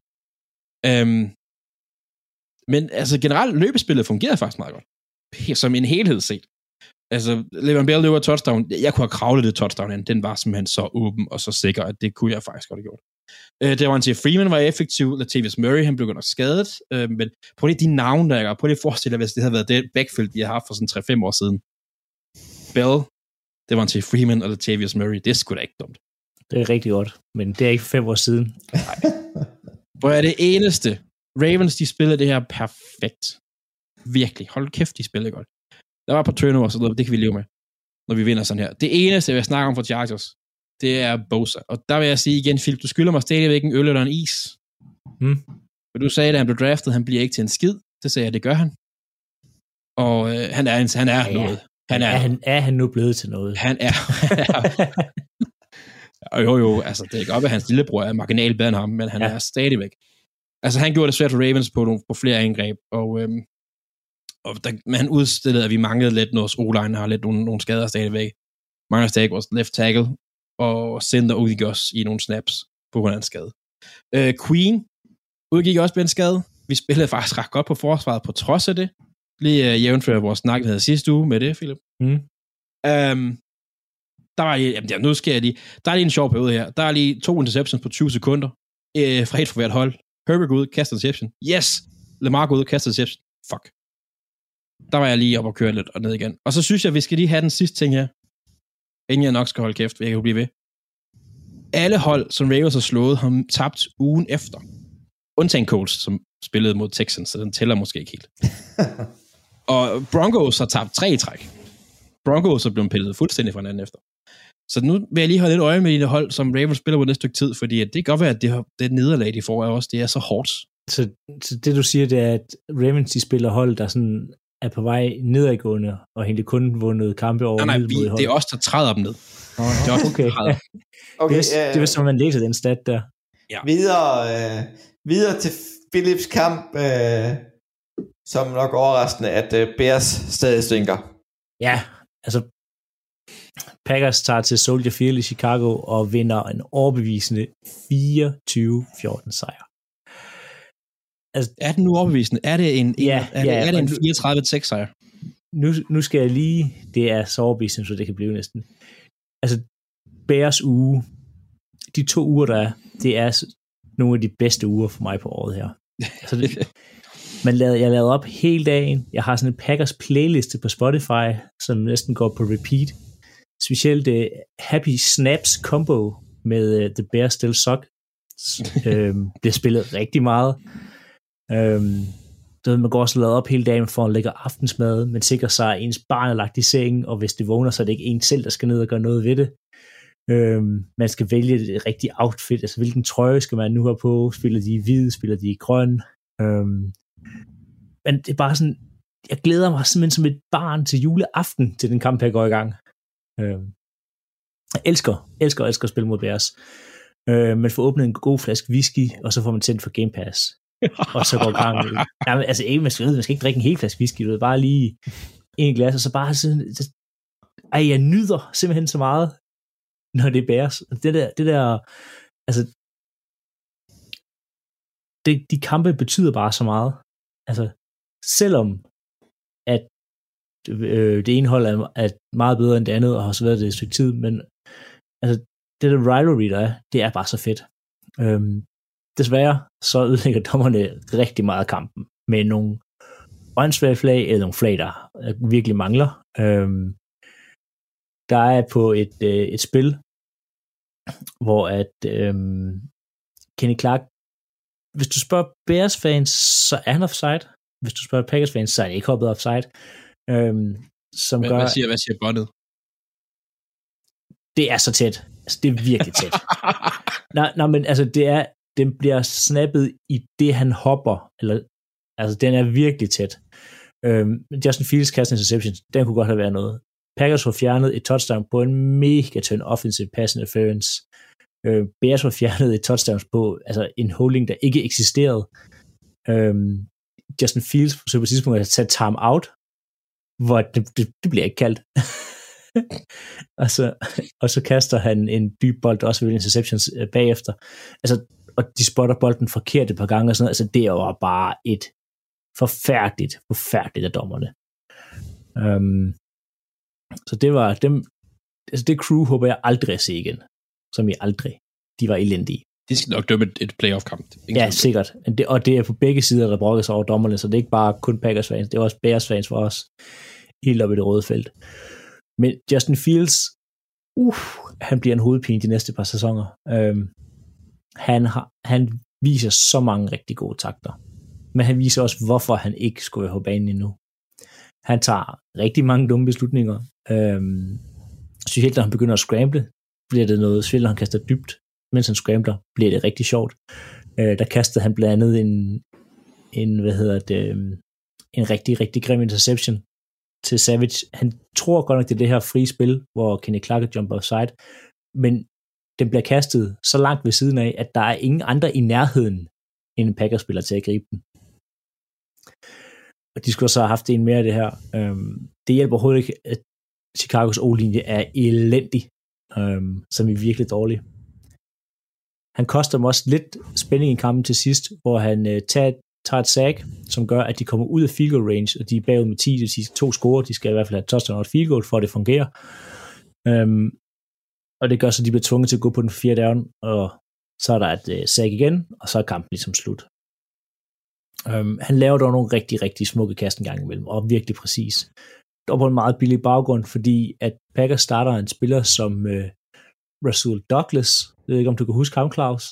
Men altså generelt, løbespillet fungerede faktisk meget godt. Som en helhed set. Altså, Le'Veon Bell løber touchdown. Jeg kunne have kravlet det touchdown ind. Den var simpelthen så åben og så sikker, at det kunne jeg faktisk godt have gjort. Devontae Freeman var effektiv. Latavius Murray, han blev godt nok skadet. Men prøv lige de navne, der er. Prøv lige at forestille dig, hvis det havde været det backfield, de har haft for sådan 3-5 år siden. Bell, Devontae Freeman og Latavius Murray. Det er sgu da ikke dumt. Det er rigtig godt, men det er ikke 5 år siden. Nej. Hvor er det eneste? Ravens, de spillede det her perfekt. Virkelig. Hold kæft, de spillede godt. Der var et par turnovers, så det kan vi leve med, når vi vinder sådan her. Det eneste, jeg vil snakke om for Chargers, det er Bosa. Og der vil jeg sige igen, Philip, du skylder mig stadigvæk en øl eller en is. For du sagde, at han blev draftet, han bliver ikke til en skid. Det sagde jeg, det gør han. Og han er noget. Er han nu blevet til noget? Han er. Jo, altså det er godt, at hans lillebror er marginalt bedre end ham, men han er stadigvæk. Altså han gjorde det svært for Ravens på flere angreb, men han udstillede, at vi manglede lidt, når O-line har lidt nogle skader stadigvæk. Mangler stadig vores left tackle, og center udgik også i nogle snaps på grund af en skade. Queen udgik også med en skade. Vi spillede faktisk ret godt på forsvaret på trods af det. Lige jævnfører vores snak, vi havde sidste uge med det, Philip. Der var nu skal jeg lige. Der er lige en sjov periode her. Der er lige 2 interceptions på 20 sekunder fra et for hvert hold. Herbert går ud, kaster interception. Yes! Lamar går ud, kaster interception. Fuck. Der var jeg lige op og køre lidt og ned igen. Og så synes jeg, vi skal lige have den sidste ting her. Inden jeg nok skal holde kæft, jeg kan blive ved. Alle hold, som Ravens har slået, har tabt ugen efter. Undtagen Colts, som spillede mod Texans, så den tæller måske ikke helt. Og Broncos har tabt 3 i træk. Broncos er blevet pillet fuldstændig fra hinanden efter. Så nu vil jeg lige holde lidt øje med de hold, som Ravens spiller på næste stykke tid, fordi at det kan godt være, at det nederlag, de får, er også, det er så hårdt. Så det, du siger, det er, at Ravens, de spiller hold, der sådan er på vej nedadgående, og egentlig kun vundet kampe over Nej, det er os, der træder dem ned. Det er også, okay. Okay, det er som man læser den stat der. Ja. Videre til Philips kamp, som nok overraskende, at Bears stadig stinker. Ja, altså Packers tager til Soldier Field i Chicago og vinder en overbevisende 24-14 sejr. Altså, er den nu overbevisende? Er det en 34-6 sejr? Nu skal jeg lige, det er så overbevisende, så det kan blive næsten. Altså, Bears uge, de 2 uger, der er, det er nogle af de bedste uger for mig på året her. Altså, jeg lavede op hele dagen. Jeg har sådan en Packers playliste på Spotify, som næsten går på repeat. Specielt Happy Snaps combo med The Bears Still Suck bliver spillet rigtig meget. Man går også lavet op hele dagen for en lækker aftensmad, men sikrer sig, at ens barn er lagt i sengen, og hvis det vågner, så er det ikke en selv, der skal ned og gøre noget ved det. Man skal vælge et rigtigt outfit, altså hvilken trøje skal man nu have på, spiller de i hvid, spiller de i grøn. Men det er bare sådan, jeg glæder mig simpelthen som et barn til juleaften, til den kamp, jeg går i gang. Jeg elsker at spille mod Bears. Man får åbnet en god flaske whisky, og så får man tændt for Game Pass. Og så går gang. Jamen, altså, man skal ikke drikke en hel flaske whisky, det er bare lige en glas, og så bare sådan, jeg nyder simpelthen så meget, når det er Bears. Det der, altså, de kampe betyder bare så meget. Altså, selvom at det ene hold er meget bedre end det andet, og har så været det et stykke tid, men altså, det der rivalry, der er, det er bare så fedt. Desværre, så ødelægger dommerne rigtig meget af kampen, med nogle åndssvage flag, eller nogle flag, der virkelig mangler. Der er på et spil, hvor at Kenny Clark, hvis du spørger Bears fans, så er han offside. Hvis du spørger Packers fans, så er det ikke hoppet offside. Hvad siger båndet? Det er så tæt. Altså, det er virkelig tæt. nej, men altså, den bliver snappet i det, han hopper. Eller, altså, den er virkelig tæt. Justin Fields kast interception, den kunne godt have været noget. Packers har fjernet et touchdown på en mega tynd offensive pass interference. Bears har fjernet et touchdown på altså en holding, der ikke eksisterede. Justin Fields forsøger på tidspunkt at tage time out, hvor det bliver ikke kaldt. og så kaster han en dyb bold, også ved interceptions bagefter. Altså, og de spotter bolden forkert et par gange og sådan noget. Altså, det var bare et forfærdeligt af dommerne. Så det var dem, altså det crew håber jeg aldrig at se igen. Som i aldrig. De var elendige. De skal nok dømme et playoff-kamp. Ja, sikkert. Og det er på begge sider, der brokkes over dommerne, så det er ikke bare kun Packers fans, det er også Bears fans for os. Helt oppe i det røde felt. Men Justin Fields, han bliver en hovedpine de næste par sæsoner. Han viser så mange rigtig gode takter. Men han viser også, hvorfor han ikke skulle være på banen endnu. Han tager rigtig mange dumme beslutninger. Specielt når han begynder at scramble, bliver det noget svært, når han kaster dybt. Mens han scrambler, bliver det rigtig sjovt. Der kastede han blandt andet en rigtig, rigtig grim interception til Savage. Han tror godt nok, det er det her frie spil, hvor Kenny Clark jumper offside, men den bliver kastet så langt ved siden af, at der er ingen andre i nærheden end en Packers-spiller til at gribe den. Og de skulle så have haft en mere af det her. Det hjælper overhovedet ikke, at Chicagos O-linje er elendig, som er virkelig dårlig. Han koster dem også lidt spænding i kampen til sidst, hvor han tager et sack, som gør, at de kommer ud af field goal range, og de er bagud med 10, det vil sige 2 scorer, de skal i hvert fald have touchdown og et field goal, for at det fungerer. Og det gør så, at de bliver tvunget til at gå på den 4. down, og så er der et sack igen, og så er kampen ligesom slut. Han laver dog nogle rigtig, rigtig smukke kast en gang imellem, og virkelig præcis. Og på en meget billig baggrund, fordi at Packers starter en spiller som Rasul Douglas. Jeg ved ikke, om du kan huske ham, Claus?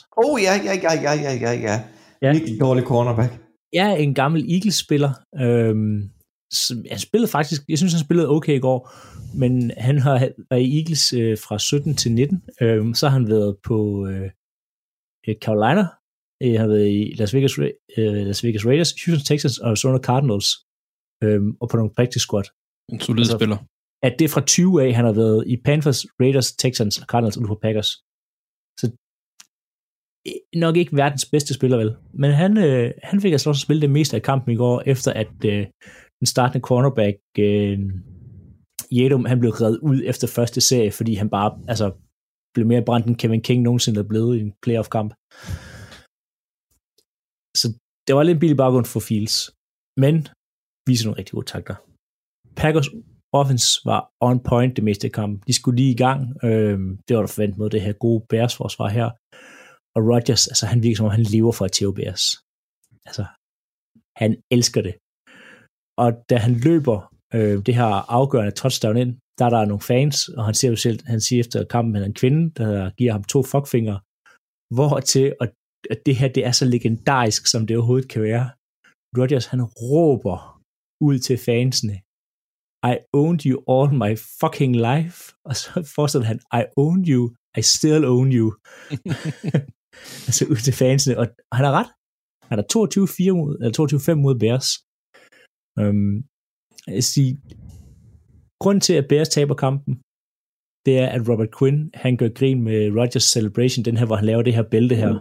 Ja. Virkelig dårlig cornerback. Ja, en gammel Eagles-spiller, han spillede faktisk, jeg synes, han spillede okay i går, men han har været i Eagles fra 17 til 19, så har han været på Carolina, han har været i Las Vegas Raiders, Houston Texans og Arizona Cardinals, og på nogle practice squad. En solid spiller. At det er fra 20 af, han har været i Panthers, Raiders, Texans og Cardinals og nu på Packers. Så nok ikke verdens bedste spiller, vel. Men han fik altså også spille det meste af kampen i går, efter at den startende cornerback, Jedum, han blev reddet ud efter første serie, fordi han bare blev mere brændt end Kevin King nogensinde er blevet i en playoff-kamp. Så det var lidt en billig baggrund for Fields. Men viser nogle rigtig gode takter. Packers offense var on point det meste af kampen. De skulle lige i gang. Det var der forventet mod det her gode Bears-forsvar her. Og Rodgers, han virker som om, han lever for at tæve Bears. Han elsker det. Og da han løber det her afgørende touchdown ind, der er der nogle fans, og han siger jo selv, han siger efter kampen, at han er en kvinde, der giver ham 2 fuckfingre, hvor til, at det her, det er så legendarisk, som det overhovedet kan være. Rodgers, han råber ud til fansene, I owned you all my fucking life, og så fortsætter han, I own you, I still own you. Ud til fansene, og han har ret. Han er 22-5 mod Bears. Jeg siger, grunden til, at Bears taber kampen, det er, at Robert Quinn, han gør grin med Rodgers celebration, den her, hvor han laver det her bælte her.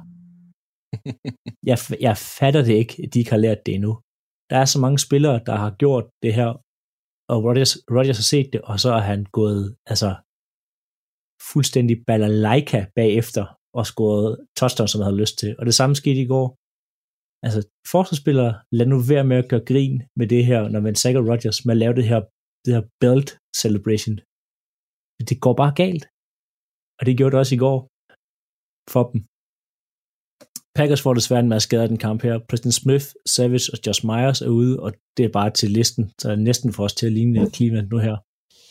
Jeg fatter det ikke, at de ikke har lært det endnu. Der er så mange spillere, der har gjort det her, og Rodgers har set det, og så er han gået, fuldstændig balalaika bagefter, og scoret touchdown, som han havde lyst til. Og det samme skete i går. Forsvarsspillere, lad nu være med at gøre grin med det her, når man sacker Rodgers, med at lave det her belt celebration. Det går bare galt. Og det gjorde det også i går for dem. Packers får desværre en masse skader i den kamp her. Preston Smith, Savage og Josh Myers er ude, og det er bare til listen, så er næsten for os til at ligne Cleveland nu her.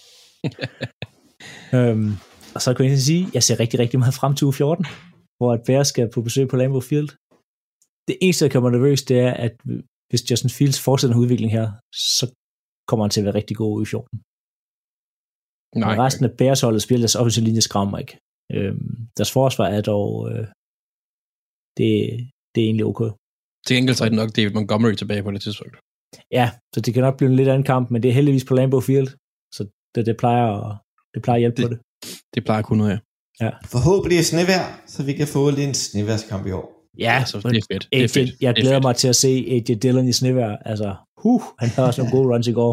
Og så kan jeg sige, at jeg ser rigtig, rigtig meget frem til uge 14, hvor at Bears skal på besøg på Lambeau Field. Det eneste, der kommer nervøs, det er, at hvis Justin Fields fortsætter en udvikling her, så kommer han til at være rigtig god i 14. Nej, men resten af Bears-holdet spiller deres offensive linje skræmmer ikke. Deres forsvar er dog det er egentlig okay. Til gengæld så er det nok David Montgomery tilbage på det tidspunkt. Ja, så det kan nok blive en lidt anden kamp, men det er heldigvis på Lambeau Field, så det plejer at hjælpe på det. Det plejer kun noget, ja. Forhåbentlig er snevejr, så vi kan få lidt en snevejrskamp i år. Ja, så det er fedt. Jeg glæder mig til at se AJ Dillon i snevejr. Han har også nogle gode runs i går.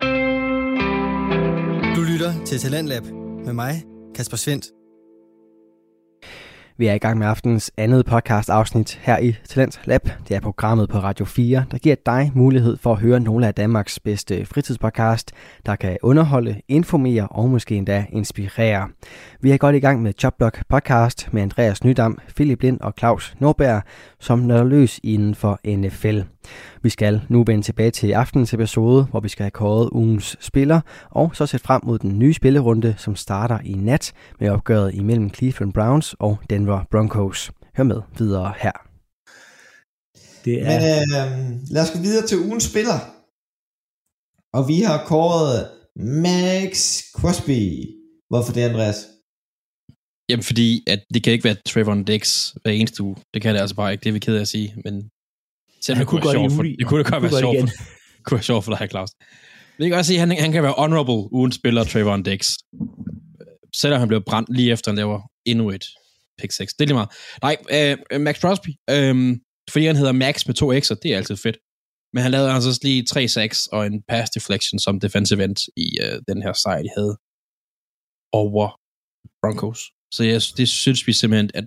Du lytter til Talentlab med mig, Kasper Svendt. Vi er i gang med aftens andet podcast-afsnit her i Talent Lab. Det er programmet på Radio 4, der giver dig mulighed for at høre nogle af Danmarks bedste fritidspodcast, der kan underholde, informere og måske endda inspirere. Vi er godt i gang med Chopblock podcast med Andreas Nydam, Philip Lind og Claus Norberg, som nørder løs inden for NFL. Vi skal nu vende tilbage til aftens episode, hvor vi skal have kåret ugens spiller, og så set frem mod den nye spillerunde, som starter i nat med opgøret imellem Cleveland Browns og Denver Broncos. Hør med videre her. Men lad os gå videre til ugens spiller. Og vi har kåret Max Crosby. Hvorfor det, Andreas? Jamen fordi, at det kan ikke være Trevon Diggs hver eneste uge. Det kan det altså bare ikke, det er vi ked af at sige, men det kunne godt være sjovt for dig, Claus. Vi kan også sige, at han kan være honorable uden spiller Trevon Diggs. Selvom han blev brændt lige efter, han laver endnu et pick 6. Det er lige meget. Nej, Max Crosby, fordi han hedder Max med 2 x'er, det er altid fedt. Men han lavede altså lige 3 sacks og en pass deflection som defensive end i den her sejr, de havde over Broncos. Så det synes vi simpelthen, at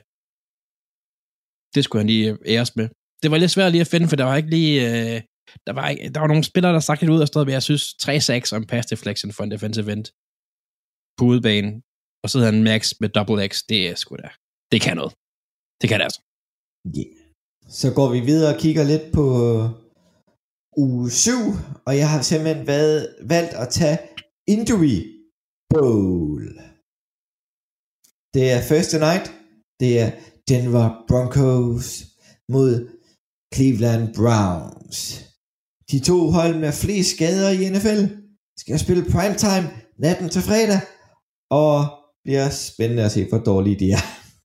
det skulle han lige æres med. Det var lidt svært lige at finde, for der var ikke lige... Der var nogle spillere, der stak lidt ud af stedet, men jeg synes 3 sacks og en pass deflection for en defensive end på udebane, og så hedder han Max med double X, det er sgu da. Det kan noget. Det kan det altså. Yeah. Så går vi videre og kigger lidt på uge 7, og jeg har simpelthen valgt at tage Injury Bowl. Det er Thursday night. Det er Denver Broncos mod Cleveland Browns. de 2 hold med flest skader i NFL skal spille primetime natten til fredag, og bliver spændende at se, hvor dårlige de er.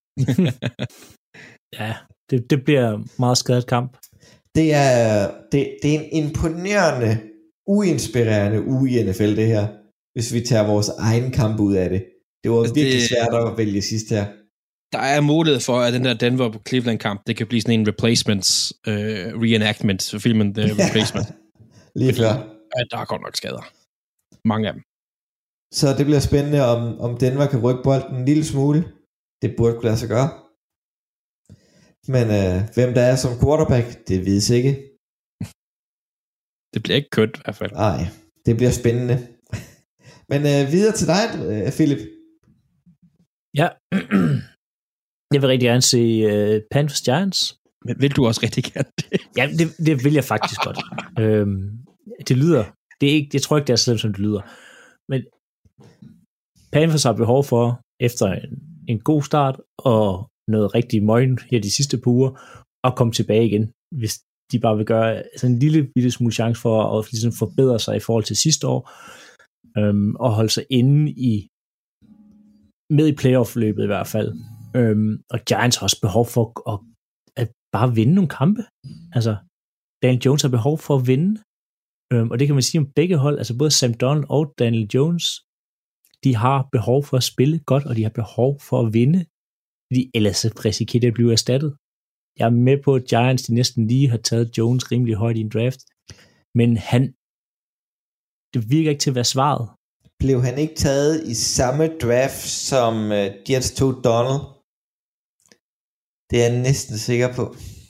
Ja, det bliver meget skadet kamp. Det er en imponerende, uinspirerende uge i NFL, det her, hvis vi tager vores egen kamp ud af det. Det var virkelig svært at vælge sidst her. Der er mulighed for, at den der Denver på Cleveland-kamp, det kan blive sådan en replacements, reenactment, filmen The Replacement. Lige før. Der er godt nok skader. Mange af dem. Så det bliver spændende, om Denver kan rykke bolden en lille smule. Det burde kunne lade sig gøre. Men hvem der er som quarterback, det vides ikke. Det bliver ikke kønt i hvert fald. Nej, det bliver spændende. Men videre til dig, Philip. Ja, jeg vil rigtig gerne se Panthers Giants. Men vil du også rigtig gerne det? Ja, det vil jeg faktisk godt. Det lyder, det er ikke, jeg tror ikke, det er så slemt, som det lyder. Men Panthers har behov for, efter en god start, og noget rigtig møgen her de sidste par uger, at komme tilbage igen, hvis de bare vil gøre altså en lille bitte smule chance for at ligesom forbedre sig i forhold til sidste år, og holde sig inde med i playoff-løbet i hvert fald. Og Giants har også behov for at bare vinde nogle kampe. Altså, Daniel Jones har behov for at vinde, og det kan man sige om begge hold, altså både Sam Darnold og Daniel Jones, de har behov for at spille godt, og de har behov for at vinde, fordi ellers risikerer det at blive erstattet. Jeg er med på, at Giants de næsten lige har taget Jones rimelig højt i en draft, men det virker ikke til at være svaret. Blev han ikke taget i samme draft, som Jets tog Donald? Det er jeg næsten sikker på.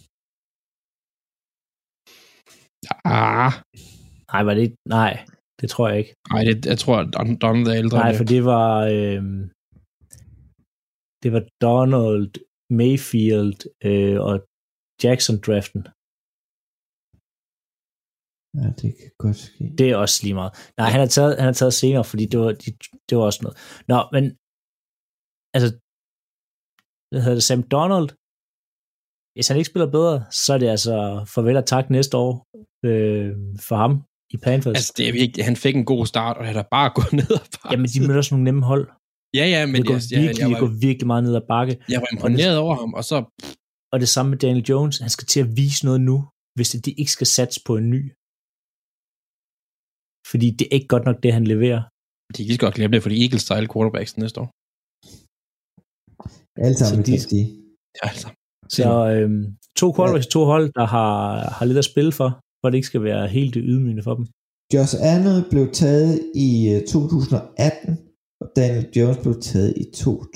Nej, det tror jeg ikke. Nej, jeg tror, at Donald er ældre. Nej, for det var Donald, Mayfield og Jackson-draften. Ja, det kan godt ske. Det er også lige meget. Nej, han har taget senere, fordi det var også noget. Nå, men altså, hvad hedder det, Sam Darnold, hvis han ikke spiller bedre, så er det altså farvel og tak næste år for ham i Panthers. Altså, det er virkelig, han fik en god start, og han er bare gået ned ad bakke. Jamen, de møder sådan nogle nemme hold. Ja, men det går virkelig meget ned ad bakke. Jeg var imponeret over ham, og så... Og det samme med Daniel Jones, han skal til at vise noget nu, hvis de ikke skal satse på en ny. Fordi det er ikke godt nok det, han leverer. De kan lige så godt glemme det, fordi Eagles style quarterbacks næste år. Alle sammen kan stige. Ja, altså. Så 2 quarterbacks, 2 hold, der har lidt at spille for det ikke skal være helt ydmygende for dem. Josh Allen blev taget i 2018, og Daniel Jones blev taget i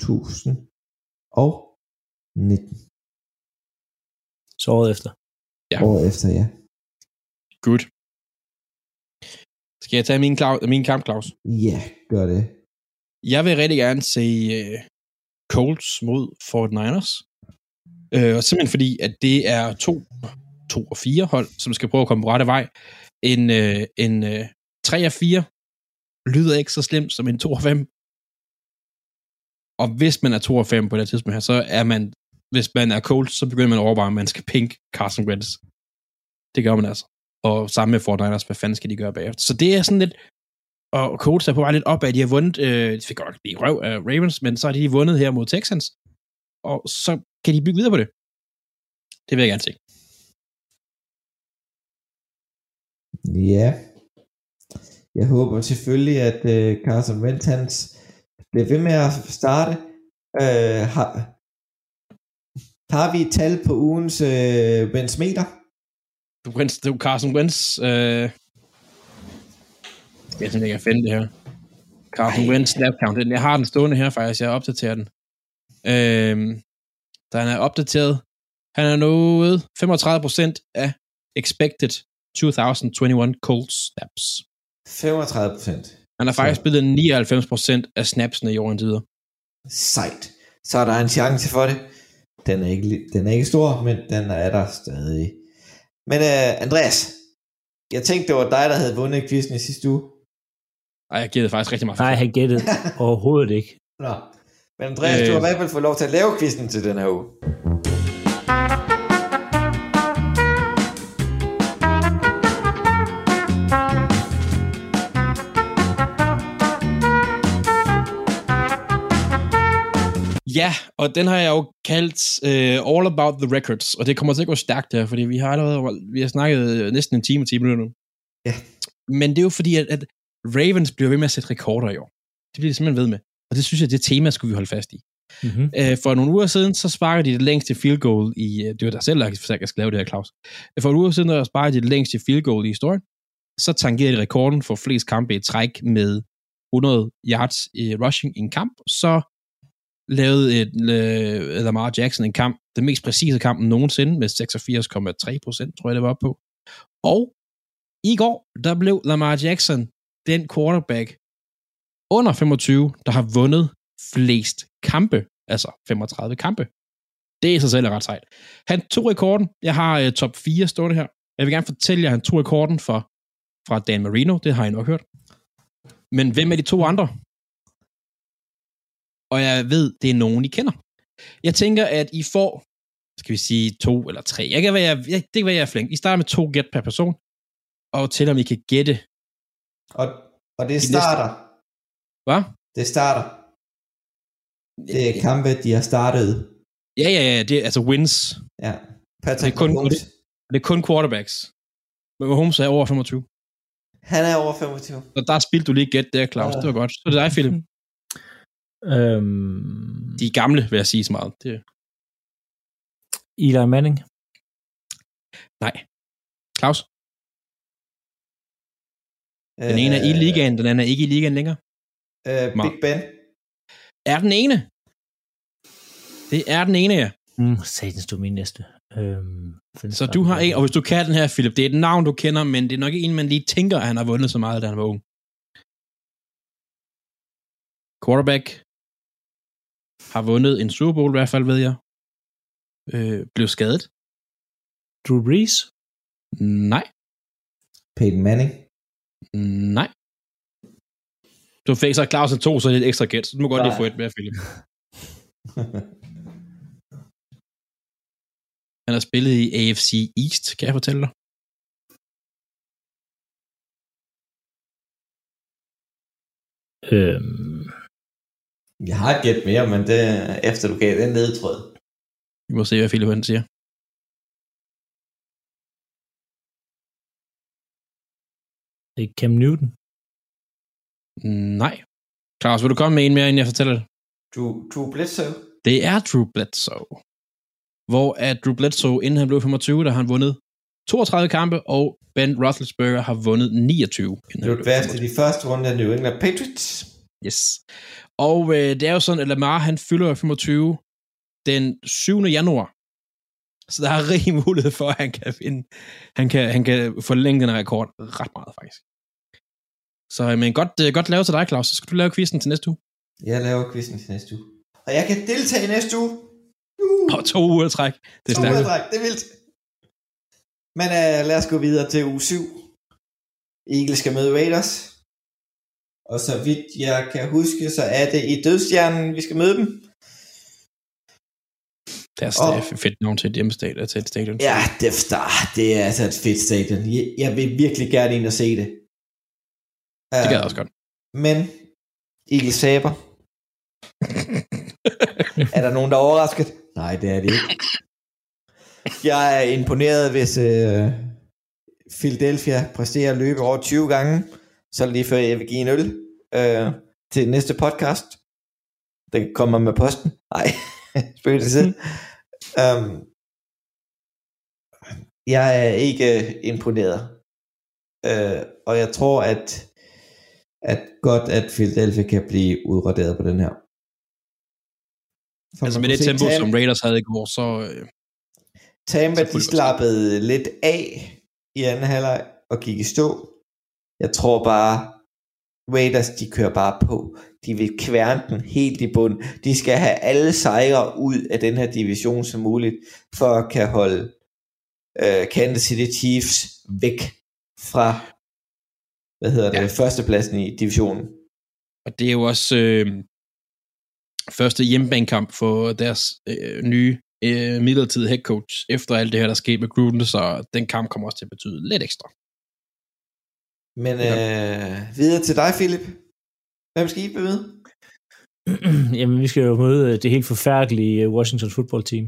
2019. Så året efter. Ja. Året efter, ja. Good. Skal jeg tage min kamp, Claus? Ja, gør det. Jeg vil rigtig gerne se Colts mod 49ers. Og simpelthen fordi, at det er 2 og 4 hold, som skal prøve at komme på rette vej. En 3 og 4 lyder ikke så slemt som en 2 og 5. Og hvis man er 2 og 5 på det tidspunkt her, så er man, hvis man er Colts, så begynder man at overveje, at man skal pink Carson Wentz. Det gør man altså. Og sammen med 49ers, hvad fanden skal de gøre bagefter? Så det er sådan lidt, og Colts er på vej lidt op af, de har vundet, de fik godt blive røv af Ravens, men så har de vundet her mod Texans, og så kan de bygge videre på det. Det vil jeg gerne se. Ja. Jeg håber selvfølgelig, at Carson Wentz bliver ved med at starte. Har vi et tal på ugens Wentz-meter? Det er Carson Wentz. Jeg synes ikke, jeg kan finde det her. Carson Wentz snap count. Jeg har den stående her faktisk. Jeg opdaterer den. Der er opdateret. Han er nået 35% af expected 2021 Colts snaps. 35%. Han har faktisk spillet 99% af snapsene i år indtil videre. Sejt. Så er der en chance for det. Den er ikke stor, men den er der stadig. Men Andreas, jeg tænkte, det var dig, der havde vundet quizzen i sidste uge. Nej, jeg gættede faktisk rigtig meget. Nej, han gættede overhovedet ikke. Nå. Men Andreas, du har i hvert fald fået lov til at lave quizzen til den her uge. Ja, og den har jeg jo kaldt All About the Records, og det kommer til at gå stærkt her, fordi vi har snakket næsten en time og 10 minutter nu. Ja. Men det er jo fordi, at Ravens bliver ved med at sætte rekorder i år. Det bliver de simpelthen ved med. Og det synes jeg, det tema skulle vi holde fast i. Mm-hmm. For nogle uger siden, så sparkede de det længste field goal i... Det var der selv, der skal lave det her, Claus. For nogle uger siden, der sparkede de det længste field goal i historien. Så tangerede de rekorden for flest kampe i træk med 100 yards i rushing i en kamp. Så lavede Lamar Jackson en kamp, den mest præcise kamp nogensinde, med 86,3%, tror jeg det var på. Og i går, der blev Lamar Jackson den quarterback under 25, der har vundet flest kampe, altså 35 kampe. Det i sig selv er ret sejt. Han tog rekorden. Jeg har top 4 stående her. Jeg vil gerne fortælle jer, at han tog rekorden fra Dan Marino. Det har I nok hørt. Men hvem er de to andre? Og jeg ved, det er nogen, I kender. Jeg tænker, at I får, skal vi sige 2 eller 3. Det kan være, jeg er flink. I starter med 2 gæt per person, og til om I kan gætte. Og det starter. Hvad? Det starter. Det er kampe, de har startet. Ja, det er altså wins. Ja. Patrick Mahomes. Det er kun quarterbacks. Men Mahomes er over 25. Han er over 25. Og der spildte du lige gæt der, Claus. Det var godt. Så det er dig, Philip. De er gamle, vil jeg sige så meget. Det... Eli Manning? Nej. Claus? Den ene er i ligaen, den anden er ikke i ligaen længere. Big Ben. Er den ene? Det er den ene, ja. Satans, du er min næste. Så du har en, og hvis du kan den her, Philip, det er et navn, du kender, men det er nok en, man lige tænker, at han har vundet så meget, da han var ung. Quarterback har vundet en Super Bowl, i hvert fald, ved jeg. Blev skadet. Drew Brees? Nej. Peyton Manning? Nej. Du fik så Claus en 2, så er det et ekstra gæt, så du må godt lige få et mere, Philip. Han har spillet i AFC East, kan jeg fortælle dig. Jeg har et gæt mere, men det efter du gav den ledetråd. Vi må se, hvad Philip han siger. Det er Cam Newton. Nej. Claus, vil du komme med en mere, inden jeg fortæller det? Drew Bledsoe? Det er Drew Bledsoe. Hvor at Drew Bledsoe, inden han blev 25, der har han vundet 32 kampe, og Ben Roethlisberger har vundet 29. Det var draftet de første runde af New England Patriots. Yes. Og det er jo sådan, at Lamar, han fylder 25 den 7. januar. Så der er rig mulighed for, at han kan vinde. Han kan forlænge den rekord ret meget, faktisk. Så men godt lavet til dig, Claus. Så skal du lave quizzen til næste uge. Jeg laver quizzen til næste uge. Og jeg kan deltage i næste uge. Og 2 uger træk. Det er 2 uger træk, det er vildt. Men lad os gå videre til uge 7. Eagles skal møde Raiders. Og så vidt jeg kan huske, så er det i Dødstjernen, vi skal møde dem. Det er et fedt navn til et hjemmestadion, til et stadion. Ja, det er altså et fedt stadion. Jeg vil virkelig gerne ind og se det. Det gør jeg også godt. Men Eagles taber. Er der nogen, der er overrasket? Nej, det er det ikke. Jeg er imponeret, hvis Philadelphia præsterer at løbe over 20 gange, så lige før jeg vil give en øl til næste podcast. Den kommer med posten. Nej, spørg det selv. Jeg er ikke imponeret. Og jeg tror, at godt, at Philadelphia kan blive udraderet på den her. Altså med det tempo, som Raiders havde i går, så... Tampa, de slappede lidt af i anden halvleg og gik i stå. Jeg tror bare, Raiders, de kører bare på. De vil kværne den helt i bund. De skal have alle sejre ud af den her division som muligt, for at kan holde Kansas City Chiefs væk fra, førstepladsen i divisionen. Og det er jo også første hjemmebanekamp for deres nye midlertidige head coach, efter alt det her, der skete med Gruden, så den kamp kommer også til at betyde lidt ekstra. Men videre til dig, Philip. Hvem skal I bemøde? Jamen, vi skal jo møde det helt forfærdelige Washington football team.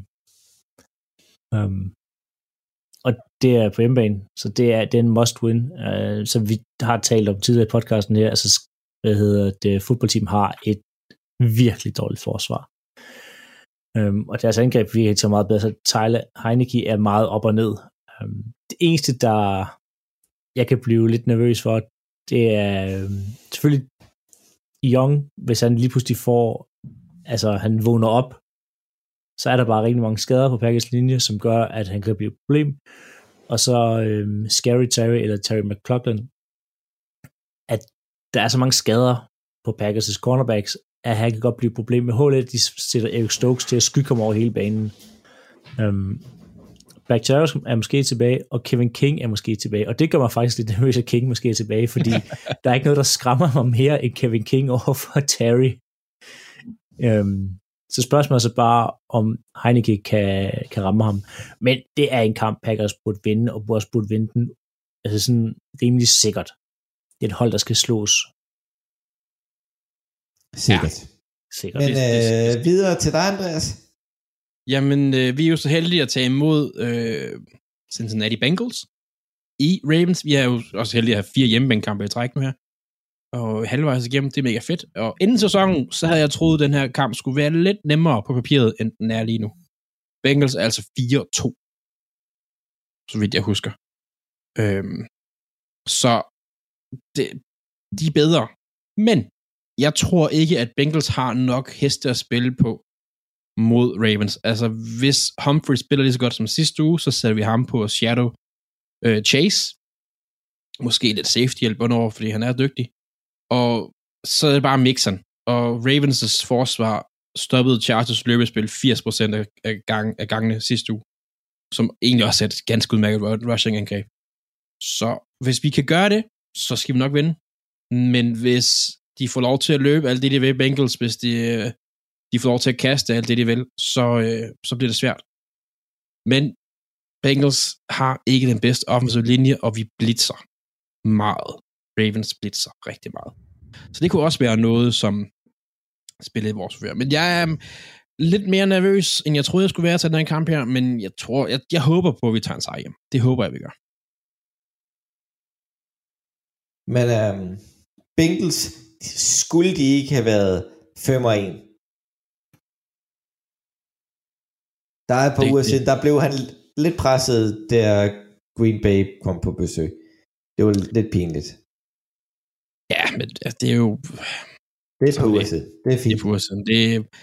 Og det er på hjemmebane, så det er en must-win. Så vi har talt om tidligere i podcasten her, altså, det fodboldteam har et virkelig dårligt forsvar. Og deres angreb virker ikke så meget bedre, så Tyler Heineke er meget op og ned. Det eneste, der jeg kan blive lidt nervøs for, det er selvfølgelig Young, hvis han lige pludselig får, altså han vågner op, så er der bare rigtig mange skader på Packers linje, som gør, at han kan blive et problem. Og så Scary Terry eller Terry McLaughlin, at der er så mange skader på Packers' cornerbacks, at han kan godt blive et problem med hullet. De sætter Eric Stokes til at skygge ham over hele banen. Blackjarus er måske tilbage, og Kevin King er måske tilbage. Og det gør mig faktisk lidt nervøs, at King måske er tilbage, fordi der er ikke noget, der skræmmer mig mere end Kevin King over for Terry. Så spørgsmålet er så bare, om Heineke kan ramme ham. Men det er en kamp, Packers burde vinde, og også burde vinde den altså sådan rimelig sikkert. Det er et hold, der skal slås. Sikkert. Ja, sikkert. Men videre til dig, Andreas. Jamen, vi er jo så heldige at tage imod Cincinnati Bengals i Ravens. Vi er jo også heldige at have 4 hjemmebanekampe i træk nu her. Og halvvejs igennem, det er mega fedt. Og inden sæsonen, så havde jeg troet, at den her kamp skulle være lidt nemmere på papiret, end den er lige nu. Bengals er altså 4-2. Så vidt jeg husker. Så de er bedre. Men jeg tror ikke, at Bengals har nok heste at spille på mod Ravens. Altså, hvis Humphrey spiller lige så godt som sidste uge, så sætter vi ham på Shadow Chase. Måske lidt safety hjælp under, fordi han er dygtig. Og så er det bare mixeren. Og Ravens' forsvar stoppede Chargers løbespil 80% af gangene sidste uge, som egentlig også er et ganske udmærket rushing-angreb. Så hvis vi kan gøre det, så skal vi nok vinde. Men hvis de får lov til at løbe alt det, de vil, Bengals, hvis de får lov til at kaste alt det, de vil, så bliver det svært. Men Bengals har ikke den bedste offensive linje, og vi blitzer meget. Ravens blitzer rigtig meget. Så det kunne også være noget, som spillede i vores favør. Men jeg er lidt mere nervøs, end jeg troede, jeg skulle være til den her kamp her, men jeg håber på, at vi tager en sejr hjem. Det håber jeg, vi gør. Men Bengals, skulle de ikke have været 5-1? Der er et par uger siden, der blev han lidt presset, da Green Bay kom på besøg. Det var lidt pinligt. Ja, men det er jo... Det er et par uger siden. Det er fint. Det er par uger siden.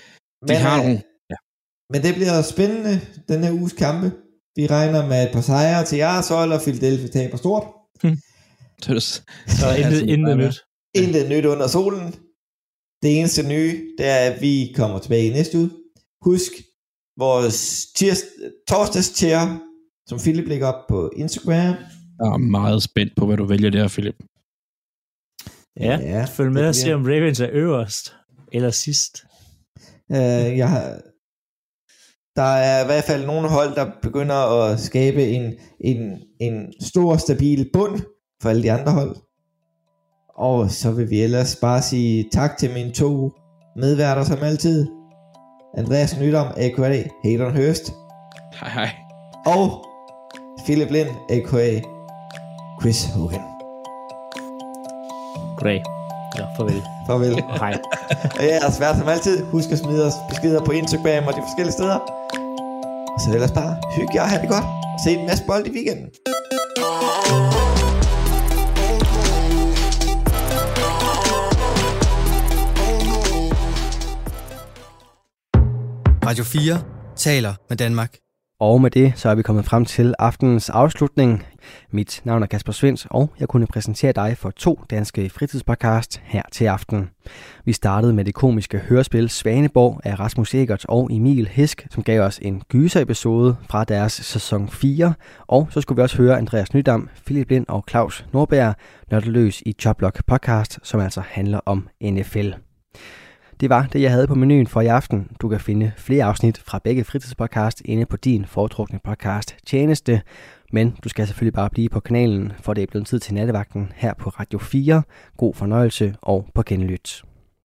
Men det bliver spændende, den her uges kampe. Vi regner med et par sejre til jeres hold, og Philadelphia taber stort. Så intet nyt. Intet nyt under solen. Det eneste nye, det er, at vi kommer tilbage i næste uge. Husk vores torsdags tier, som Philip lægger op på Instagram. Jeg er meget spændt på, hvad du vælger der, Philip. Ja, følg med og se, om Ravens er øverst eller sidst. Der er i hvert fald nogle hold, der begynder at skabe en stor, stabil bund for alle de andre hold. Og så vil vi ellers bare sige tak til mine 2 medværter som altid. Andreas Nydam, a.k.a. Hayden Hurst. Hej hej. Og Philip Lind, a.k.a. Chris Hogan. Goddag. Ja, farvel. Hej. Og ja, er svært som altid. Husk at smide os beskeder på Instagram og de forskellige steder. Og så ellers bare hygge jer og have det godt. Se en masse bold i weekenden. Radio 4 taler med Danmark. Og med det, så er vi kommet frem til aftenens afslutning. Mit navn er Kasper Svens, og jeg kunne præsentere dig for 2 danske fritidspodcast her til aften. Vi startede med det komiske hørespil Svaneborg af Rasmus Egert og Emil Hisk, som gav os en gyser-episode fra deres sæson 4. Og så skulle vi også høre Andreas Nydam, Philip Lind og Claus Nordberg nørde løs i Choplock podcast, som altså handler om NFL. Det var det, jeg havde på menuen for i aften. Du kan finde flere afsnit fra begge fritidspodcast inde på din foretrukne podcast tjeneste. Men du skal selvfølgelig bare blive på kanalen, for det er blevet tid til nattevagten her på Radio 4. God fornøjelse og på genlyt.